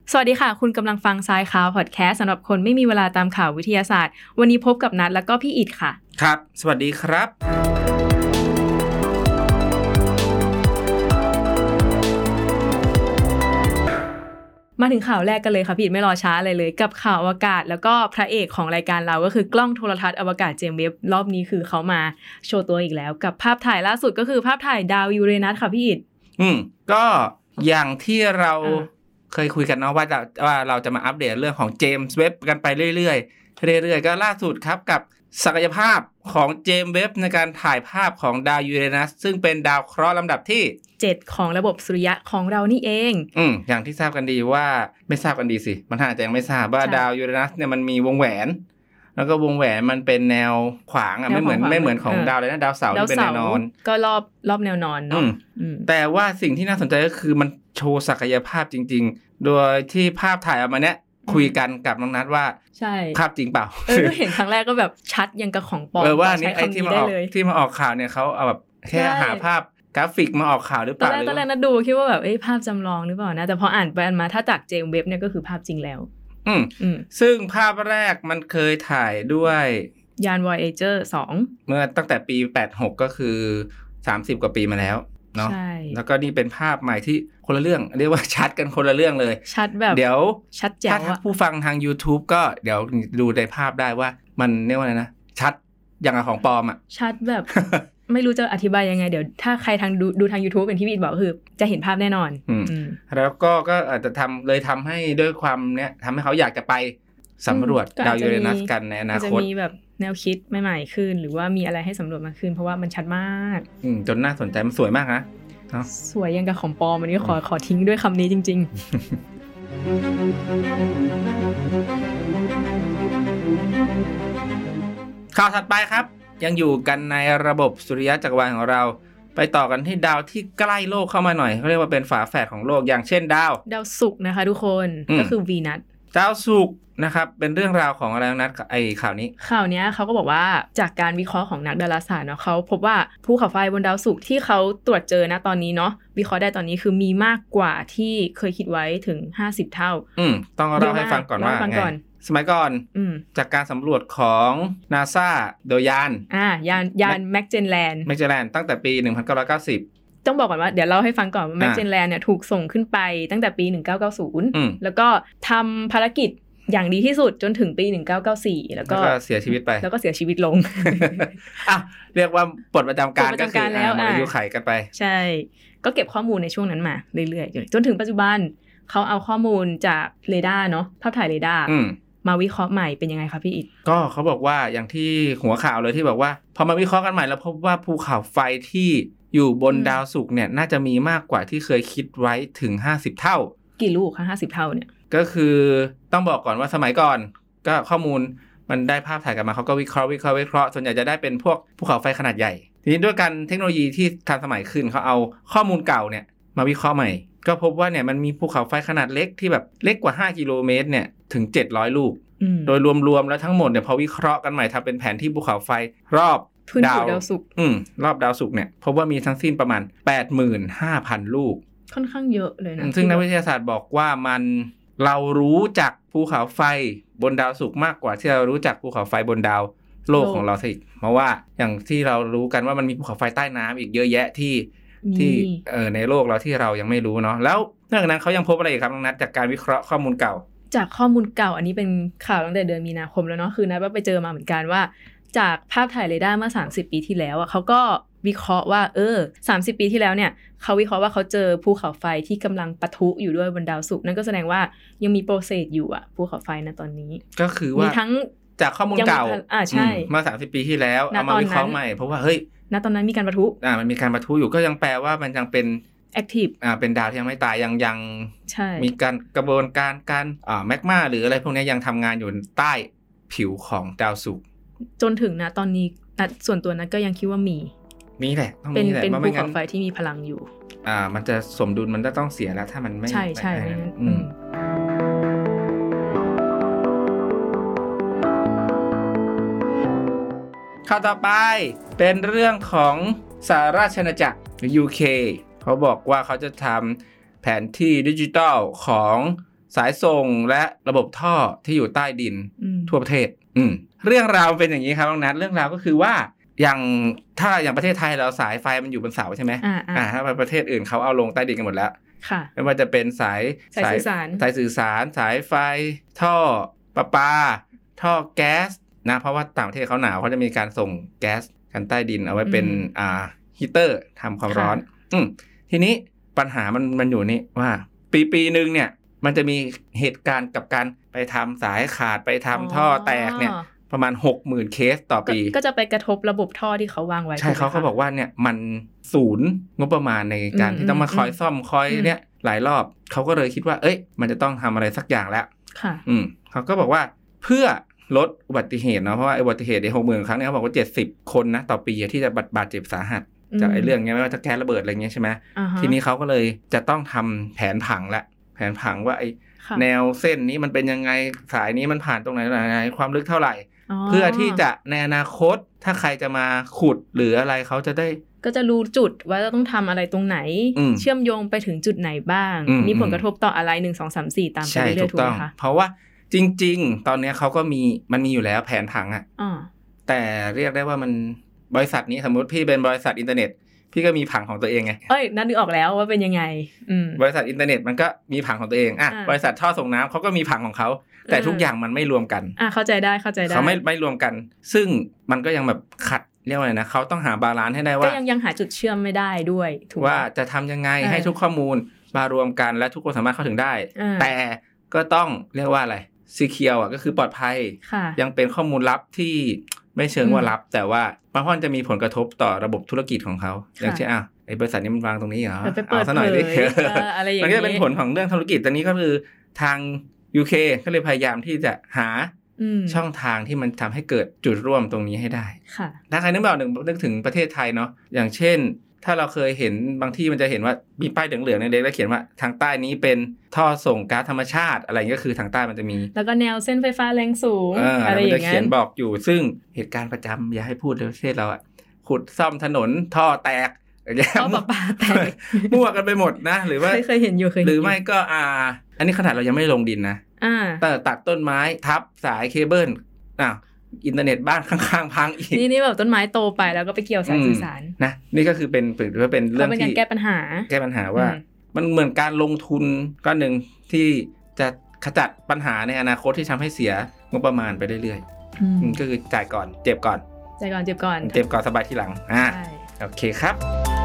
สวัสดีค่ะคุณกำลังฟัง Sciข่าวพอดแคสต์สำหรับคนไม่มีเวลาตามข่าววิทยาศาสตร์วันนี้พบกับนัทแล้วก็พี่อิฐค่ะครับสวัสดีครับมาถึงข่าวแรกกันเลยค่ะพี่อิฐไม่รอช้าเลยกับข่าวอวกาศแล้วก็พระเอกของรายการเราก็คือกล้องโทรทัศน์อวกาศเจมส์เว็บรอบนี้คือเขามาโชว์ตัวอีกแล้วกับภาพถ่ายล่าสุดก็คือภาพถ่ายดาวยูเรนัสค่ะพี่อิฐก็อย่างที่เราเคยคุยกันเนาะว่าเราจะมาอัปเดตเรื่องของเจมส์เว็บกันไปเรื่อยๆก็ล่าสุดครับกับศักยภาพของเจมส์เว็บในการถ่ายภาพของดาวยูเรนัสซึ่งเป็นดาวเคราะห์ลำดับที่ 7ของระบบสุริยะของเรานี่เองอย่างที่ทราบกันดีว่าไม่ทราบกันดีสิมันอาจจะยังไม่ทราบว่าดาวยูเรนัสเนี่ยมันมีวงแหวนแล้วก็วงแหวนมันเป็นแนวขวางไม่เหมือนของดาวเลยนะดาวเสาร์ที่เป็นแนวนอนก็รอบแนวนอนเนาะแต่ว่าสิ่งที่น่าสนใจก็คือมันโชว์ศักยภาพจริงๆโดยที่ภาพถ่ายออกมาเนี้ยคุยกันกับน้องนัทว่าใช่ภาพจริงเปล่าเห็นครั้งแรกก็แบบชัดยังกับของปลอมว่านี่ไอ้ที่มาออกข่าวเนี่ยเขาเอาแบบแค่หาภาพกราฟิกมาออกข่าวหรือเปล่าตอนแรกนะดูคิดว่าแบบภาพจำลองหรือเปล่านะแต่พออ่านไปอ่านมาถ้าจากเจมส์เว็บเนี่ยก็คือภาพจริงแล้วซึ่งภาพแรกมันเคยถ่ายด้วยยาน Voyager 2 เมื่อตั้งแต่ปี86ก็คือ30กว่าปีมาแล้วเนาะแล้วก็นี่เป็นภาพใหม่ที่คนละเรื่องเรียกว่าชัดกันคนละเรื่องเลยชัดแบบเดี๋ยวชัดแจ๋วถ้าผู้ฟังทาง YouTube ก็เดี๋ยวดูในภาพได้ว่ามันเรียกว่าอะไรนะชัดอย่างของปลอมอ่ะชัดแบบ ไม่รู้จะอธิบายยังไงเดี๋ยวถ้าใครทางดูทาง YouTube เป็นที่พี่บอกคือจะเห็นภาพแน่นอนแล้วก็อาจจะทำให้ด้วยความเนี้ยทำให้เขาอยากจะไปสำรวจดาวยูเรนัสกันในอนาคตจะมีแบบแนวคิดใหม่ๆขึ้นหรือว่ามีอะไรให้สำรวจมากขึ้นเพราะว่ามันชัดมากจนน่าสนใจมันสวยมากนะสวยยังกับของปลอมอันนี้ขอทิ้งด้วยคำนี้จริงๆข่าวถัดไปครับยังอยู่กันในระบบสุริยะจักรวาลของเราไปต่อกันที่ดาวที่ใกล้โลกเข้ามาหน่อยเขาเรียกว่าเป็นฝาแฝดของโลกอย่างเช่นดาวศุกร์นะคะทุกคนก็คือวีนัสดาวศุกร์นะครับเป็นเรื่องราวของอะไรนัดข่าวนี้เขาก็บอกว่าจากการวิเคราะห์ของนักดาราศาสตร์เนาะเขาพบว่าภูเขาไฟบนดาวศุกร์ที่เขาตรวจเจอนะตอนนี้เนาะวิเคราะห์ได้ตอนนี้คือมีมากกว่าที่เคยคิดไว้ถึง50เท่าต้องเล่าให้ฟังก่อนว่าสมัยก่อนจากการสำรวจของ NASA โดยยานแม็กเจนแลนด์ตั้งแต่ปี1990 ต้องบอกก่อนว่าเดี๋ยวเล่าให้ฟังก่อนว่าแม็กเจนแลนด์เนี่ยถูกส่งขึ้นไปตั้งแต่ปี1990แล้วก็ทำภารกิจอย่างดีที่สุดจนถึงปี1994แล้วก็เสียชีวิตไปแล้วก็เสียชีวิตลงเรียกว่าปลดประจำการก็คือแล้วอายุไขกันไปใช่ก็เก็บข้อมูลในช่วงนั้นมาเรื่อยๆจนถึงปัจจุบันเขาเอาข้อมูลจากเรดาร์เนาะภาพถ่ายเรดาร์มาวิเคราะห์ใหม่เป็นยังไงคะพี่อิฐก็เขาบอกว่าอย่างที่หัวข่าวเลยที่บอกว่าพอมาวิเคราะห์กันใหม่แล้วพบว่าภูเขาไฟที่อยู่บนดาวศุกร์เนี่ยน่าจะมีมากกว่าที่เคยคิดไว้ถึง50เท่ากี่ลูกคะ50เท่าเนี่ยก็คือต้องบอกก่อนว่าสมัยก่อนก็ข้อมูลมันได้ภาพถ่ายกันมาเขาก็วิเคราะห์ส่วนใหญ่จะได้เป็นพวกภูเขาไฟขนาดใหญ่ทีนี้ด้วยการเทคโนโลยีที่ทันสมัยขึ้นเขาเอาข้อมูลเก่าเนี่ยมาวิเคราะห์ใหม่ก็พบว่าเนี่ยมันมีภูเขาไฟขนาดเล็กที่แบบเล็กกว่า5กิโลเมตรเนี่ยถึง700ลูกโดยรวมๆแล้วทั้งหมดเนี่ยพอวิเคราะห์กันใหม่ทำเป็นแผนที่ภูเขาไฟรอบดาวศุกร์รอบดาวศุกร์เนี่ยพบว่ามีทั้งสิ้นประมาณ 85,000 ลูกค่อนข้างเยอะเลยนะซึ่งนักวิทยาศาสตร์บอกว่าเรารู้จักภูเขาไฟบนดาวศุกร์มากกว่าที่เรารู้จักภูเขาไฟบนดาวโลกของเราซะอีกเพราะว่าอย่างที่เรารู้กันว่ามันมีภูเขาไฟใต้น้ำอีกเยอะแยะที่ในโลกเราที่เรายังไม่รู้เนาะแล้วนอกจากนั้นเขายังพบอะไรอีกครับน้องนัทจากการวิเคราะห์ข้อมูลเก่าจากข้อมูลเก่าอันนี้เป็นข่าวตั้งแต่เดือนมีนาคมแล้วเนาะคือนัทไปเจอมาเหมือนกันว่าจากภาพถ่ายเรดาร์เมื่อ30ปีที่แล้วเขาก็วิเคราะห์ว่า30ปีที่แล้วเนี่ยเขาวิเคราะห์ว่าเขาเจอภูเขาไฟที่กำลังปะทุอยู่ด้วยบนดาวศุกร์นั่นก็แสดงว่ายังมีโปรเซสอยู่ภูเขาไฟนะตอนนี้ก็คือว่ามีทั้งจากข้อมูลเก่าใช่เมื่อ30ปีที่แล้วเอามาวิเคราะห์ใหม่เพราะว่าเฮ้ยณตอนนั้นมีการปะทุมันมีการปะทุอยู่ก็ยังแปลว่ามันยังเป็นแอคทีฟเป็นดาวที่ยังไม่ตายยังใช่มีการกระบวนการแมกมาหรืออะไรพวกนี้ยังทำงานอยู่ใต้ผิวของดาวศุกร์จนถึงตอนนี้ส่วนตัวนั้นก็ยังคิดว่ามีแหละต้องมีแหละเป็นภูเขาไฟที่มีพลังอยู่มันจะสมดุลมันจะต้องเสียแล้วถ้ามันไม่ใช่ข่าวต่อไปเป็นเรื่องของสหราชอาณาจักรหรือ UK เขาบอกว่าเขาจะทำแผนที่ดิจิทัลของสายส่งและระบบท่อที่อยู่ใต้ดินทั่วประเทศเรื่องราวเป็นอย่างนี้ครับน้องนัทเรื่องราวก็คือว่าถ้าอย่างประเทศไทยเราสายไฟมันอยู่บนเสาใช่ไหมถ้าประเทศอื่นเขาเอาลงใต้ดินกันหมดแล้วไม่ว่าจะเป็นสายสื่อสารสายไฟท่อประปาท่อแก๊สนะเพราะว่าต่างประเทศเขาหนาวเขาจะมีการส่งแก๊สกันใต้ดินเอาไว้เป็นฮีเตอร์ทำความร้อนทีนี้ปัญหามันอยู่นี่ว่าปีนึงเนี่ยมันจะมีเหตุการณ์กับการไปทำสายขาดไปทำท่อแตกเนี่ยประมาณ 60,000 เคสต่อปีก็จะไปกระทบระบบท่อที่เขาวางไว้ใช่เขาก็บอกว่าเนี่ยมันศูนย์งบประมาณในการที่ต้องมาคอยซ่อมคอยเนี่ยหลายรอบเขาก็เลยคิดว่ามันจะต้องทำอะไรสักอย่างแล้วเขาก็บอกว่าเพื่อลดอุบัติเหตุเนาะเพราะว่าอุบัติเหตุใน 60,000 ครั้งเนี่ยเขาบอกว่า70 คนนะต่อปีที่จะบาดเจ็บสาหัสจากเรื่องนี้ไม่ว่าจะแก๊สระเบิดอะไรเงี้ยใช่ไหมทีนี้เขาก็เลยจะต้องทำแผนผังละแผนผังว่าแนวเส้นนี้มันเป็นยังไงสายนี้มันผ่านตรงไหนความลึกเท่าไหร่เพื่อที่จะในอนาคตถ้าใครจะมาขุดหรืออะไรเขาจะได้ก็จะรู้จุดว่าจะต้องทำอะไรตรงไหนเชื่อมโยงไปถึงจุดไหนบ้างมีผลกระทบต่ออะไร1 2 3 4ตามไปเรื่อยๆถูกไหมคะเพราะว่าจริงๆตอนนี้เขาก็มันมีอยู่แล้วแผนผังแต่เรียกได้ว่ามันบริษัทนี้สมมติพี่เป็นบริษัทอินเทอร์เน็ตพี่ก็มีผังของตัวเองไงนั่นนึกออกแล้วว่าเป็นยังไงบริษัทอินเทอร์เน็ตมันก็มีผังของตัวเองบริษัทท่อส่งน้ำเขาก็มีผังของเขาแต่ทุกอย่างมันไม่รวมกันเข้าใจได้เขาไม่รวมกันซึ่งมันก็ยังแบบขัดเรียกว่าอะไรนะเขาต้องหาบาลานซ์ให้ได้ว่าก็ยังหาจุดเชื่อมไม่ได้ด้วยถูกว่าจะทำยังไงให้ทุกข้อมูลมารวมกันและทุกคนสามารถเข้าถึงได้แต่ก็ต้องเรียกว่าอะไรsecure ก็คือปลอดภัยยังเป็นข้อมูลลับที่ไม่เชิงว่าลับแต่ว่าบางคนจะมีผลกระทบต่อระบบธุรกิจของเขาอย่างเช่นไอ้บริษัทนี้มันวางตรงนี้เหรอเอาซะหน่อยดิมันก็เป็นผลของเรื่องธุรกิจตอนนี้ก็คือทาง UK ก็เลยพยายามที่จะหาช่องทางที่มันทำให้เกิดจุดร่วมตรงนี้ให้ได้ถ้าใครนึกถึงประเทศไทยเนาะอย่างเช่นถ้าเราเคยเห็นบางที่มันจะเห็นว่ามีป้ายเหลืองๆในเด็กแล้วเขียนว่าทางใต้นี้เป็นท่อส่งก๊าซธรรมชาติอะไรก็คือทางใต้มันจะมีแล้วก็แนวเส้นไฟฟ้าแรงสูงอะไรอย่างเงี้ยมันจะเขียนบอกอยู่ซึ่งเหตุการณ์ประจำอย่าให้พูดเลยประเทศเราขุดซ่อมถนนท่อแตกท่อประปาแตกมั่วกันไปหมดนะหรือว่าเคยเห็นอยู่หรือไม่ก็อันนี้ขนาดเรายังไม่ลงดินนะแต่ตัดต้นไม้ทับสายเคเบิลอินเทอร์เน็ตบ้านข้างๆพังอีกนี่แบบต้นไม้โตไปแล้วก็ไปเกี่ยวสายสื่อสารนะนี่ก็คือเป็นเรื่องที่แก้ปัญหาว่ามันเหมือนการลงทุนก้อนหนึ่งที่จะขจัดปัญหาในอนาคตที่ทำให้เสียงบประมาณไปเรื่อยๆก็คือจ่ายก่อนเจ็บก่อนเจ็บก่อนสบายทีหลังโอเคครับ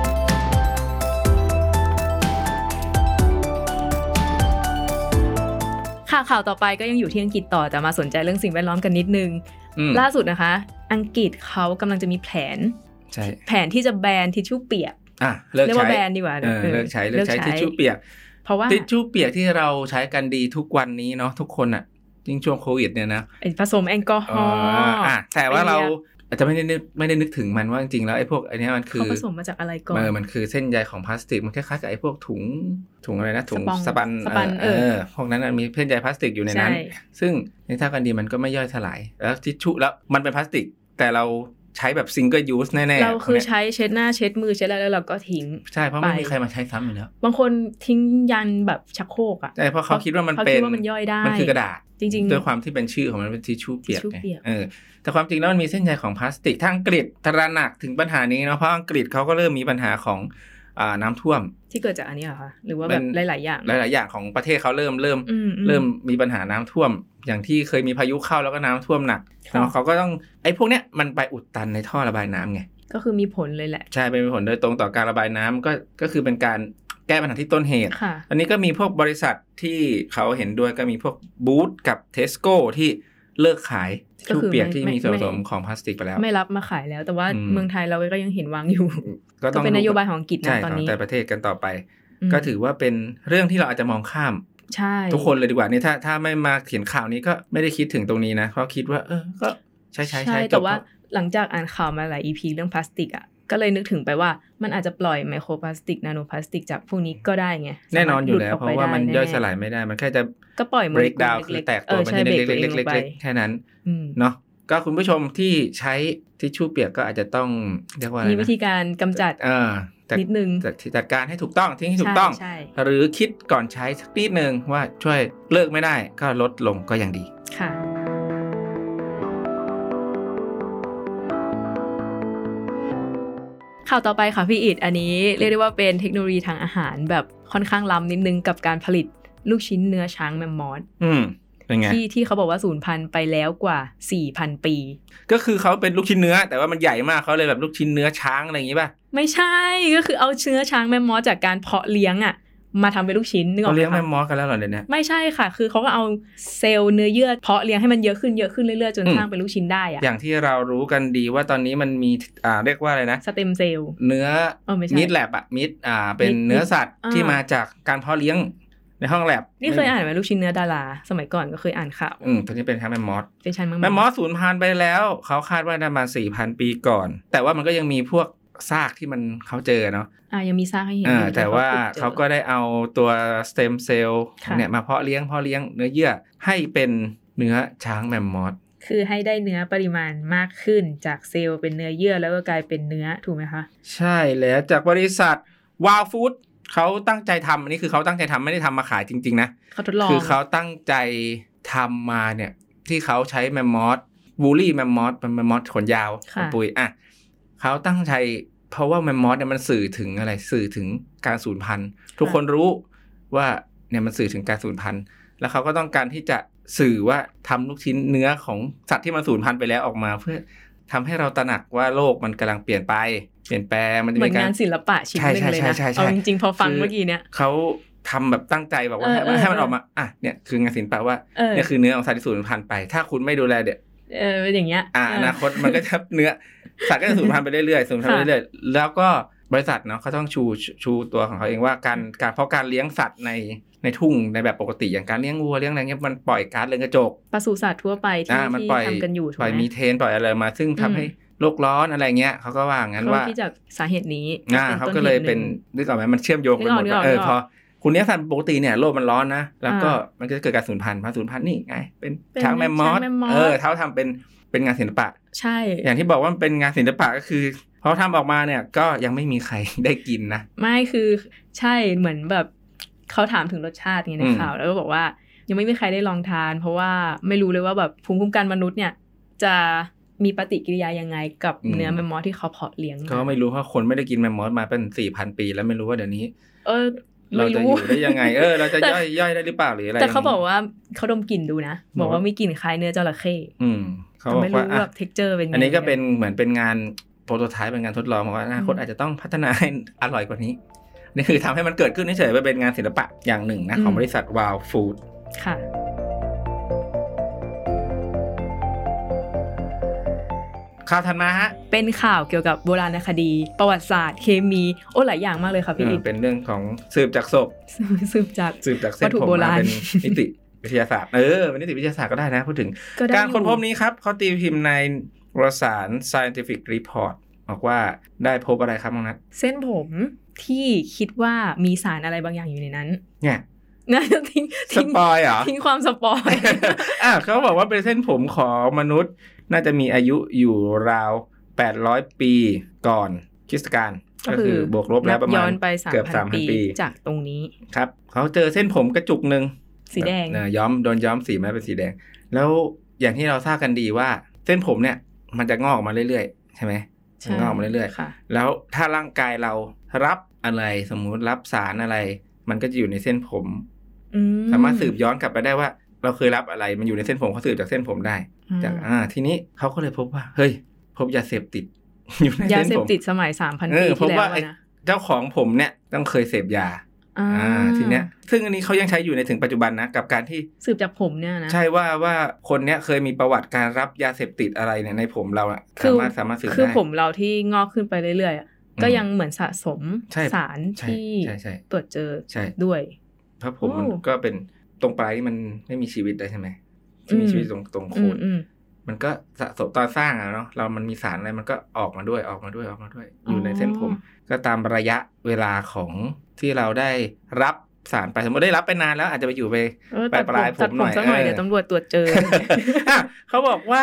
ข่าวต่อไปก็ยังอยู่ที่อังกฤษต่อแต่มาสนใจเรื่องสิ่งแวดล้อมกันนิดนึงล่าสุดนะคะอังกฤษเขากำลังจะมีแผนที่จะแบนทิชชู่เปียกเรียกว่าแบนดีกว่าเลิกใช้ทิชชู่เปียกเพราะว่าทิชชู่เปียกที่เราใช้กันดีทุกวันนี้เนาะทุกคนยิ่งช่วงโควิดเนี่ยนะผสมแอลกอฮอล์แต่ว่าเราอาจจะไม่ได้นึกถึงมันว่าจริงๆแล้วไอ้พวกอันนี้มันคือผสมมาจากอะไรก่อนมันคือเส้นใยของพลาสติกมันคล้ายๆกับไอ้พวกถุงอะไรนะถุงสปันพวกนั้นมีเส้นใยพลาสติกอยู่ในนั้นซึ่งในท่ากันดีมันก็ไม่ย่อยสลายแล้วทิชชู่แล้วมันเป็นพลาสติกแต่เราใช้แบบซิงเกิลยูสแน่ๆเราคือใช้เช็ดหน้าเช็ดมือเช็ดอะไรแล้วเราก็ทิ้งใช่เพราะไม่มีใครมาใช้ซ้ำอยู่แล้วบางคนทิ้งยันแบบชักโครกใช่เพราะเขาคิดว่ามันย่อยได้มันคือกระดาษจริงๆด้วยความที่เป็นชื่อของมันเป็นทิชชู่เปียกแต่ความจริงแล้วมันมีเส้นใยของพลาสติกทางอังกฤษตระหนักถึงปัญหานี้เนาะเพราะอังกฤษเขาก็เริ่มมีปัญหาของน้ำท่วมที่เกิดจากอันนี้เหรอคะหรือว่าแบบหลายๆอย่างของประเทศเขาเริ่มมีปัญหาน้ำท่วมอย่างที่เคยมีพายุเข้าแล้วก็น้ำท่วมหนักเขาก็ต้องไอ้พวกเนี้ยมันไปอุดตันในท่อระบายน้ำไงก็คือมีผลเลยแหละใช่เป็นผลโดยตรงต่อการระบายน้ำก็คือเป็นการแก้ปัญหาที่ต้นเหตุอันนี้ก็มีพวกบริษัทที่เขาเห็นด้วยก็มีพวกบูธกับ Tesco ที่เลิกขายทิชชู่เปียกที่มีส่วนผสมของพลาสติกไปแล้วไม่รับมาขายแล้วแต่ว่าเมืองไทยเราก็ยังเห็นวางอยู่ก็เป็นนโยบายของอังกฤษนะตอนนี้แต่ประเทศกันต่อไปก็ถือว่าเป็นเรื่องที่เราอาจจะมองข้ามใช่ทุกคนเลยดีกว่านี่ถ้าไม่มาเขียนข่าวนี้ก็ไม่ได้คิดถึงตรงนี้นะเพราะคิดว่าก็ใช้แต่ว่าหลังจากอ่านข่าวมาหลาย EP เรื่องพลาสติกอ่ะก็เลยนึกถึงไปว่ามันอาจจะปล่อยไมโครพลาสติกนาโนพลาสติกจากพวกนี้ก็ได้ไงแน่นอนอยู่แล้วเพราะว่ามันย่อยสลายไม่ได้มันแค่จะก็ปล่อยมัน break down คือแตกตัวเป็นเล็กๆแค่นั้นเนาะก็คุณผู้ชมที่ใช้ทิชชู่เปียกก็อาจจะต้องเรียกว่ามีวิธีการกำจัดนิดนึงจัดการให้ถูกต้องทิ้งให้ถูกต้องหรือคิดก่อนใช้สักนิดนึงว่าช่วยเลิกไม่ได้ก็ลดลงก็ยังดีค่ะข่าวต่อไปค่ะพี่อิฐอันนี้เรียกได้ว่าเป็นเทคโนโลยีทางอาหารแบบค่อนข้างล้ำนิดนึงกับการผลิตลูกชิ้นเนื้อช้างแมมมอธที่เขาบอกว่าสูญพันธุ์ไปแล้วกว่า 4,000 ปีก็คือเขาเป็นลูกชิ้นเนื้อแต่ว่ามันใหญ่มากเขาเลยแบบลูกชิ้นเนื้อช้างอะไรอย่างงี้ป่ะไม่ใช่ก็คือเอาเนื้อช้างแมมมอธจากการเพาะเลี้ยงอ่ะมาทำเป็นลูกชิ้นนึกออกมั้ยเขาเลี้ยงแมมมอธกันแล้วเหรอเนี่ยไม่ใช่ค่ะคือเขาก็เอาเซลล์เนื้อเยื่อเพาะเลี้ยงให้มันเยอะขึ้นเรื่อยๆจนสร้างเป็นลูกชิ้นได้อ่ะอย่างที่เรารู้กันดีว่าตอนนี้มันมีเรียกว่าอะไรนะสเต็มเซลล์เนื้อมิดแลบอ่ะมิดเป็นเนื้อสัตว์ที่มาจากการเพาะเลี้ยงในห้องแลบนี่เคยอ่านไหมลูกชิ้นเนื้อดาราสมัยก่อนก็เคยอ่านข่าวตอนนี้เป็นแมมมอธเป็นชั้นแมมมอธสูญพันธุ์ไปแล้วเขาคาดว่าประมาณ 4,000 ปีก่อนแต่ว่ามันก็ยังมีพวกซากที่มันเขาเจอเนาะยังมีซากให้เห็นแต่ว่าเขาก็ได้เอาตัวสเต็มเซลล์เนี่ยมาเพาะเลี้ยงเนื้อเยื่อให้เป็นเนื้อช้างแมมมอธคือให้ได้เนื้อปริมาณมากขึ้นจากเซลล์เป็นเนื้อเยื่อแล้วก็กลายเป็นเนื้อถูกไหมคะใช่แล้วจากบริษัทวาวฟู้ดเขาตั้งใจทำอันนี้คือเขาตั้งใจทำไม่ได้ทำมาขายจริงๆนะเขาทดลองคือเขาตั้งใจทำมาเนี่ยที่เขาใช้แมมมอธบูลลี่แมมมอธเป็นแมมมอธขนยาวปุ๋ยเขาตั้งใจเพราะว่าแมมมอธเนี่ยมันสื่อถึงอะไรสื่อถึงการสูญพันธุ์ทุกคนรู้ว่าเนี่ยมันสื่อถึงการสูญพันธุ์แล้วเขาก็ต้องการที่จะสื่อว่าทำลูกชิ้นเนื้อของสัตว์ที่มันสูญพันธุ์ไปแล้วออกมาเพื่อทำให้เราตระหนักว่าโลกมันกำลังเปลี่ยนแปลงมันจะมีการงานศิลปะชิ้นนึงเลยนะเอาจริงๆพอฟังเมื่อกี้เนี่ยเขาทำแบบตั้งใจบอกว่าให้มันออกมาเนี่ยคืองานศิลปะว่าเนี่ยคือเนื้อของสัตว์ที่สูญพันธุ์ไปถ้าคุณไม่ดูแลอย่างเงี้ยอนาคตมันก็จะเนื้อสัตว์ก็จะสูญพันธุ์ไปเรื่อยๆสูญพันธุ์ไปเรื่อยๆแล้วก็บริษัทเนาะเขาต้องชูตัวของเขาเองว่าการเพราะการเลี้ยงสัตว์ในทุ่งในแบบปกติอย่างการเลี้ยงวัวเลี้ยงอะไรเงี้ยมันปล่อยก๊าซเรือนกระจกปศุสัตว์ทั่วไปที่ทำกันอยู่ปล่อยมีเทนปล่อยอะไรมาซึ่งทำให้โลกร้อนอะไรเงี้ยเขาก็ว่างั้นว่าที่จากสาเหตุนี้เขาก็เลยเป็นนึกออกไหมมันเชื่อมโยงกันหมดพอคุณเลี้ยงสัตว์ปกติเนี่ยโลกมันร้อนนะแล้วก็มันก็จะเกิดการสูญพันธุ์นี่ไงเป็นช้างแมมมอธเขาทำเป็นงานศิลปะใช่อย่างที่บอกว่าเป็นงานศิลปะก็คือพอทำออกมาเนี่ยก็ยังไม่มีใครได้กินนะไม่คือใช่เหมือนแบบเขาถามถึงรสชาติไงในข่าวแล้วก็บอกว่ายังไม่มีใครได้ลองทานเพราะว่าไม่รู้เลยว่าแบบภูมิคุ้มกันมนุษย์เนี่ยจะมีปฏิกิริยายังไงกับเนื้อแมมมอธที่เขาเพาะเลี้ยงก็ไม่รู้เพราะคนไม่ได้กินแมมมอธมาเป็น 4,000 ปีแล้วไม่รู้ว่าเดี๋ยวนี้เราจะอยู่ได้ยังไงเราจะย่อยได้หรือเปล่าหรืออะไรแต่เขาบอกว่าเขาดมกลิ่นดูนะบอกว่ามีกลิ่นคล้ายเนื้อจระเข้เขาบอกว่าแบบ texture เป็นไงอันนี้ก็เป็นเหมือนเป็นงานโปรโตไทป์เป็นงานทดลองว่าอนาคตอาจจะต้องพัฒนาให้อร่อยกว่านี้นี่คือทำให้มันเกิดขึ้นเฉยๆเป็นงานศิลปะอย่างหนึ่งนะของบริษัท Wow Food ค่ะข่าวถัดมาฮะเป็นข่าวเกี่ยวกับโบราณคดีประวัติศาสตร์เคมีหลายอย่างมากเลยค่ะพี่เป็นเรื่องของสืบจากศพสืบจากเส้นผมมาเป็นนิติวิทยาศาสตร์เป็นนิติวิทยาศาสตร์ก็ได้นะพูดถึงการค้นพบนี้ครับเขาตีพิมพ์ในวารสาร Scientific Report บอกว่าได้พบอะไรครับน้องนัทเส้นผมที่คิดว่ามีสารอะไรบางอย่างอยู่ในนั้นเนี่ยน่าจะทิ้งสปอยเหรอทิ้งความสปอยเขาบอกว่าเป็นเส้นผมของมนุษย์น่าจะมีอายุอยู่ราว800 ปีก่อนคริสตกาลก็คือบวกลบแล้วประมาณเกือบ 3,000 ปีจากตรงนี้ครับเขาเจอเส้นผมกระจุกนึงสีแดงโดนย้อมสีมาเป็นสีแดงแล้วอย่างที่เราทราบกันดีว่าเส้นผมเนี่ยมันจะงอกมาเรื่อยๆใช่ไหมงอกมาเรื่อยๆแล้วถ้าร่างกายเรารับอะไรสมมุติรับสารอะไรมันก็จะอยู่ในเส้นผมสามารถสืบย้อนกลับไปได้ว่าเราเคยรับอะไรมันอยู่ในเส้นผมเขาสืบจากเส้นผมได้จากทีนี้เขาก็เลยพบว่าเฮ้ยพบยาเสพติดอยู่ในเส้นผมยาเสพติดสมัย 3,000 ปีที่แล้วนะเจ้าของผมเนี่ยต้องเคยเสพยาทีเนี้ยซึ่งอันนี้เขายังใช้อยู่ในถึงปัจจุบันนะกับการที่สืบจากผมเนี่ยนะใช่ว่าคนเนี้ยเคยมีประวัติการรับยาเสพติดอะไรเนี่ยในผมเราอะสามารถสืบได้คือผมเราที่งอกขึ้นไปเรื่อยๆก็ยังเหมือนสะสมสารที่ตรวจเจอด้วยเพราะผมมันก็เป็นตรงปลายมันไม่มีชีวิตได้ใช่ไหมที่มีชีวิตตรงโคนมันก็สะสมตอนสร้างอะเนาะมันมีสารอะไรมันก็ออกมาด้วยอยู่ในเส้นผมก็ตามระยะเวลาของที่เราได้รับสารไปสมมติได้รับไปนานแล้วอาจจะไปอยู่ไปปลายผมหน่อยเดี๋ยวตำรวจตรวจเจอเขาบอกว่า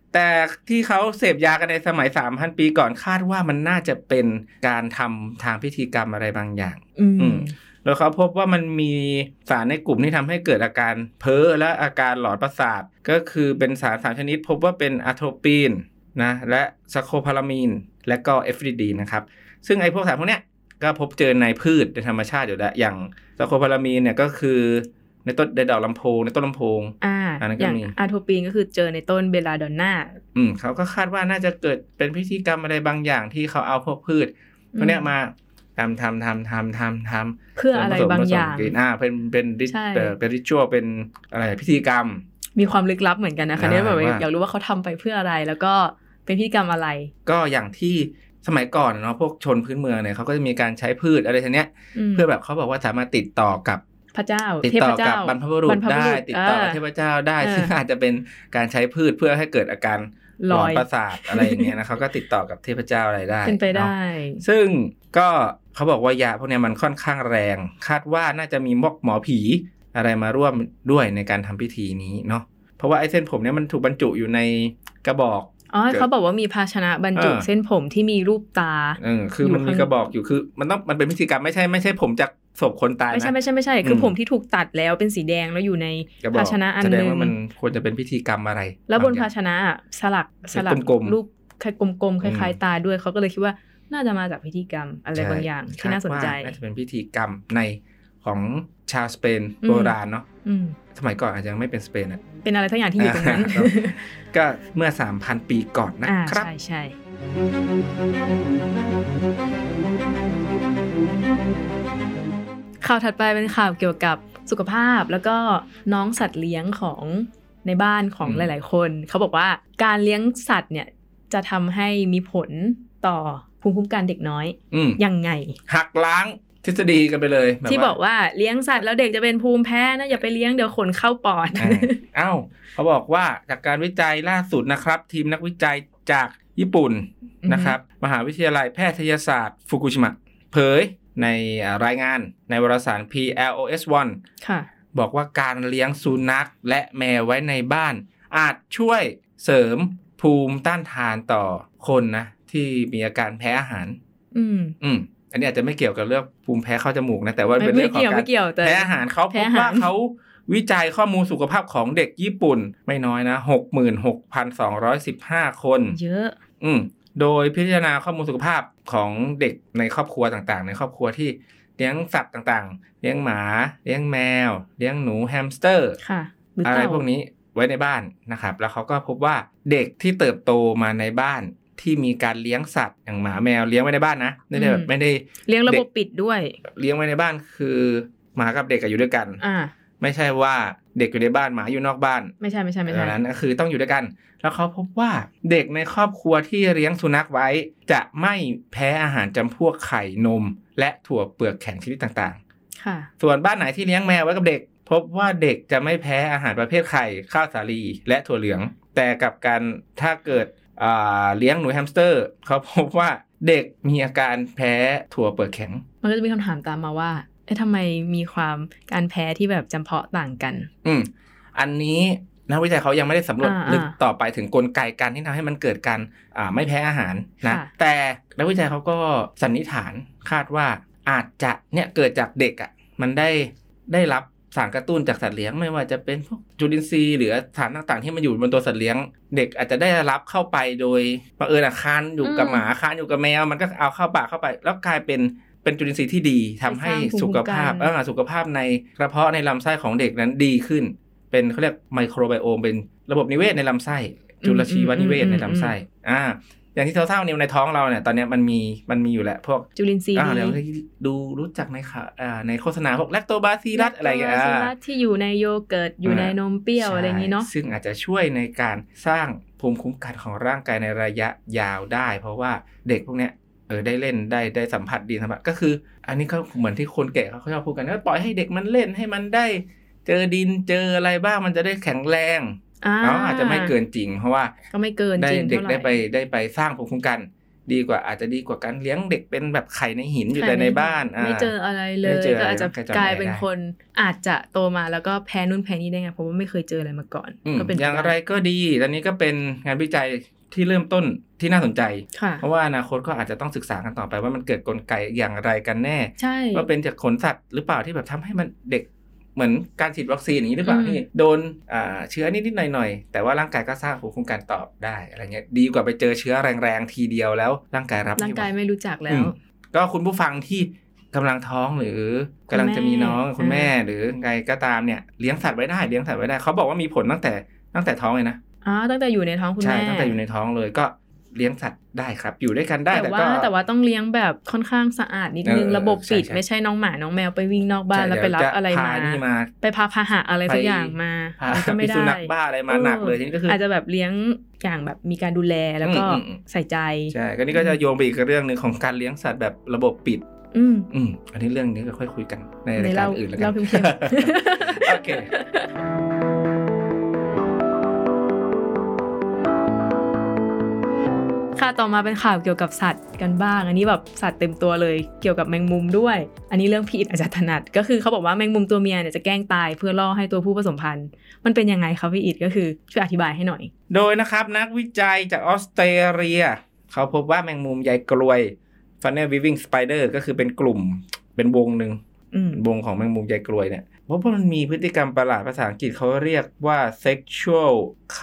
แต่ที่เขาเสพยากันในสมัย 3,000 ปีก่อนคาดว่ามันน่าจะเป็นการทำทางพิธีกรรมอะไรบางอย่างแล้วเขาพบว่ามันมีสารในกลุ่มที่ทำให้เกิดอาการเพ้อและอาการหลอนประสาทก็คือเป็นสาร3ชนิดพบว่าเป็นอะโทปีนนะและสโคพารามีนและก็เอฟริดีนนะครับซึ่งไอ้พวกสารพวกเนี้ยก็พบเจอในพืชในธรรมชาติอยู่แล้วอย่างสโคพารามีนเนี่ยก็คือในต้นดอกลำโพงในต้นลำโพงอย่างอะโทปีนก็คือเจอในต้นเบลลาดอนนาเขาก็คาดว่าน่าจะเกิดเป็นพิธีกรรมอะไรบางอย่างที่เขาเอาพวกพืชพวกเนี้ยมาทำเพื่ออะไรบางอย่างเป็นริชวลเป็นอะไรพิธีกรรมมีความลึกลับเหมือนกันนะคะเนี่ยแบบอยากรู้ว่าเขาทำไปเพื่ออะไรแล้วก็เป็นพิธีกรรมอะไรก็อย่างที่สมัยก่อนเนาะพวกชนพื้นเมืองเนี่ยเขาก็จะมีการใช้พืชอะไรทีเนี้ยเพื่อแบบเขาบอกว่าสามารถติดต่อกับพระเจ้าติดต่อกับบรรพบุรุษได้ติดต่อกับเทพเจ้าได้ซึ่งอาจจะเป็นการใช้พืชเพื่อให้เกิดอาการหลอนประสาทอะไรอย่างเงี้ยนะเขาก็ติดต่อกับเทพเจ้าอะไรได้เป็นไปได้ซึ่งก็เขาบอกว่ายาพวกนี้มันค่อนข้างแรงคาดว่าน่าจะมีหมอผีอะไรมาร่วมด้วยในการทำพิธีนี้เนาะเพราะว่าไอ้เส้นผมเนี่ยมันถูกบรรจุอยู่ในกระบอกเขาบอกว่ามีภาชนะบรรจุเส้นผมที่มีรูปตาคือมันมีกระบอกอยู่คือมันเป็นพิธีกรรมไม่ใช่ผมจากศพคนตายนะไม่ใช่คือผมที่ถูกตัดแล้วเป็นสีแดงแล้วอยู่ในภาชนะอันนึงแสดงว่ามันควรจะเป็นพิธีกรรมอะไรแล้วบนภาชนะสลักรูปคล้ายกลมๆคล้ายๆตาด้วยเขาก็เลยคิดว่าน่าจะมาจากพิธีกรรมอะไรบางอย่างที่น่าสนใจน่าจะเป็นพิธีกรรมในของชาวสเปนโบราณเนาะสมัยก่อนอาจจะยังไม่เป็นสเปนอ่ะเป็นอะไรทั้งอย่างที่อยู่ตรงนั้นก็เมื่อ 3,000 ปีก่อนนะครับใช่ข่าวถัดไปเป็นข่าวเกี่ยวกับสุขภาพแล้วก็น้องสัตว์เลี้ยงของในบ้านของหลายๆคนเขาบอกว่าการเลี้ยงสัตว์เนี่ยจะทำให้มีผลต่อภูมิคุ้มกันเด็กน้อยยังไงหักล้างทฤษฎีกันไปเลยที่บอกว่าเลี้ยงสัตว์แล้วเด็กจะเป็นภูมิแพ้นะอย่าไปเลี้ยงเดี๋ยวขนเข้าปอดเขาบอกว่าจากการวิจัยล่าสุดนะครับทีมนักวิจัยจากญี่ปุ่นนะครับมหาวิทยาลัยแพทยศาสตร์ฟุกุชิมะเผยในรายงานในวารสาร PLOS ONE บอกว่าการเลี้ยงสุนัขและแมวไว้ในบ้านอาจช่วยเสริมภูมิต้านทานต่อคนนะที่มีอาการแพ้อาหารอันนี้อาจจะไม่เกี่ยวกับเรื่องภูมิแพ้เข้าจมูกนะแต่ว่าเป็นเรื่องของการแพ้อาหารเขาพบว่าเขาวิจัยข้อมูลสุขภาพของเด็กญี่ปุ่นไม่น้อยนะ 66,215 คนเยอะโดยพิจารณาข้อมูลสุขภาพของเด็กในครอบครัวต่างๆในครอบครัวที่เลี้ยงสัตว์ต่างๆเลี้ยงหมาเลี้ยงแมวเลี้ยงหนูแฮมสเตอร์อะไรพวกนี้ไว้ในบ้านนะครับแล้วเขาก็พบว่าเด็กที่เติบโตมาในบ้านที่มีการเลี้ยงสัตว์อย่างหมาแมวเลี้ยงไว้ในบ้านนะไม่ได้แบบไม่ได้เลี้ยงระบบปิดด้วยเลี้ยงไว้ในบ้านคือหมากับเด็กอยู่ด้วยกันไม่ใช่ว่าเด็กอยู่ในบ้านหมาอยู่นอกบ้านไม่ใช่นั้นก็คือต้องอยู่ด้วยกันแล้วเขาพบว่าเด็กในครอบครัวที่เลี้ยงสุนัขไว้จะไม่แพ้อาหารจำพวกไข่นมและถั่วเปลือกแข็งชนิดต่างๆค่ะส่วนบ้านไหนที่เลี้ยงแมวไว้กับเด็กพบว่าเด็กจะไม่แพ้อาหารประเภทไข่ข้าวสาลีและถั่วเหลืองแต่กับการถ้าเกิดเลี้ยงหนูแฮมสเตอร์เขาพบว่าเด็กมีอาการแพ้ถั่วเปลือกแข็งมันก็จะมีคำถามตามมาว่าทำไมมีความการแพ้ที่แบบจำเพาะต่างกันอันนี้นักวิจัยเขายังไม่ได้สำรวจลึกต่อไปถึงกลไกการที่ทำให้มันเกิดการไม่แพ้อาหารนะแต่นักวิจัยเขาก็สันนิษฐานคาดว่าอาจจะเนี่ยเกิดจากเด็กมันได้รับสารกระตุ้นจากสัตว์เลี้ยงไม่ว่าจะเป็นพวกจุลินทรีย์หรือสารต่างๆที่มันอยู่บนตัวสัตว์เลี้ยงเด็กอาจจะได้รับเข้าไปโดยบังเอิญคานอยู่กับหมาคานอยู่กับแมวมันก็เอาเข้าปากเข้าไปแล้วกลายเป็นจุลินทรีย์ที่ดีทำให้สุขภาพในกระเพาะในลำไส้ของเด็กนั้นดีขึ้นเป็นเขาเรียกไมโครไบโอมเป็นระบบนิเวศในลำไส้จุลชีวนิเวศในลำไส้อย่างที่เท่าๆเนี่ยในท้องเราเนี่ยตอนนี้มันมีอยู่แหละพวกจุลินทรีย์เราดูรู้จักในโฆษณาพวกแลคโตบาซิลัสอะไรอย่างเงี้ยที่อยู่ในโยเกิร์ตอยู่ในนมเปรี้ยวอะไรอย่างงี้เนาะซึ่งอาจจะช่วยในการสร้างภูมิคุ้มกันของร่างกายในระยะยาวได้เพราะว่าเด็กพวกเนี้ยได้เล่นได้สัมผัสดีสัมผัสก็คืออันนี้ก็เหมือนที่คนแก่เขาชอบพูดกันว่าปล่อยให้เด็กมันเล่นให้มันได้เจอดินเจออะไรบ้างมันจะได้แข็งแรงอาจจะไม่เกินจริงเพราะว่าก็ไม่เกินจริงเด็กได้ไปสร้างภูมิคุ้มกันดีกว่าอาจจะดีกว่าการเลี้ยงเด็กเป็นแบบไข่ในหินอยู่แต่ในบ้านไม่เจออะไรเลยก็อาจจะกลายเป็นคนอาจจะโตมาแล้วก็แพ้นู่นแพ้นี่ได้ไงเพราะว่าไม่เคยเจออะไรมาก่อนก็เป็นอย่างไรก็ดีตอนนี้ก็เป็นงานวิจัยที่เริ่มต้นที่น่าสนใจเพราะว่าอนาคตก็อาจจะต้องศึกษากันต่อไปว่ามันเกิดกลไกอย่างไรกันแน่ว่าเป็นจากขนสัตว์หรือเปล่าที่แบบทำให้มันเด็กเหมือนการฉีดวัคซีนอย่างนี้หรือเปล่าที่โดนเชื้อนิดๆหน่อยๆแต่ว่าร่างกายก็สร้างภูมิคุ้มกันตอบได้อะไรเงี้ยดีกว่าไปเจอเชื้อแรงๆทีเดียวแล้วร่างกายรับไม่รู้จักแล้วก็คุณผู้ฟังที่กำลังท้องหรือกำลังจะมีน้องคุณแม่หรือไงก็ตามเนี่ยเลี้ยงสัตว์ไว้ได้เขาบอกว่ามีผลตั้งแต่ท้องเลยนะตั้งแต่อยู่ในท้องคุณแม่ใช่ตั้งแต่อยู่ในท้องเลยก็เลี้ยงสัตว์ได้ครับอยู่ด้วยกันได้แต่ว่าต้องเลี้ยงแบบค่อนข้างสะอาดนิดนึงระบบปิดไม่ใช่น้องหมาน้องแมวไปวิ่งนอกบ้านแล้วไปรับอะไรมาไปพาพาหะอะไรทุกอย่างมาก็ไม่ได้สุนัขบ้าอะไรมาหนักเลยทีนี้ก็คืออาจจะแบบเลี้ยงอย่างแบบมีการดูแลแล้วก็ใส่ใจใช่ก็นี่ก็จะโยงไปอีกเรื่องนึงของการเลี้ยงสัตว์แบบระบบปิดอันนี้เรื่องนี้ก็ค่อยคุยกันในรายการอื่นแล้วกันโอเคค่ะต่อมาเป็นข่าวเกี่ยวกับสัตว์กันบ้างอันนี้แบบสัตว์เต็มตัวเลยเกี่ยวกับแมงมุมด้วยอันนี้เรื่องพี่อิฐอาจจะถนัดก็คือเขาบอกว่าแมงมุมตัวเมียเนี่ยจะแกล้งตายเพื่อล่อให้ตัวผู้ผสมพันธุ์มันเป็นยังไงครับพี่อิฐก็คือช่วยอธิบายให้หน่อยโดยนะครับนักวิจัยจากออสเตรเลียเขาพบว่าแมงมุมใยกลวย Funnel Weaving Spider ก็คือเป็นกลุ่มเป็นวงนึงวงของแมงมุมใยกลวยเนี่ยเพราะว่ามันมีพฤติกรรมประหลาดภาษาอังกฤษเขาเรียกว่า sexual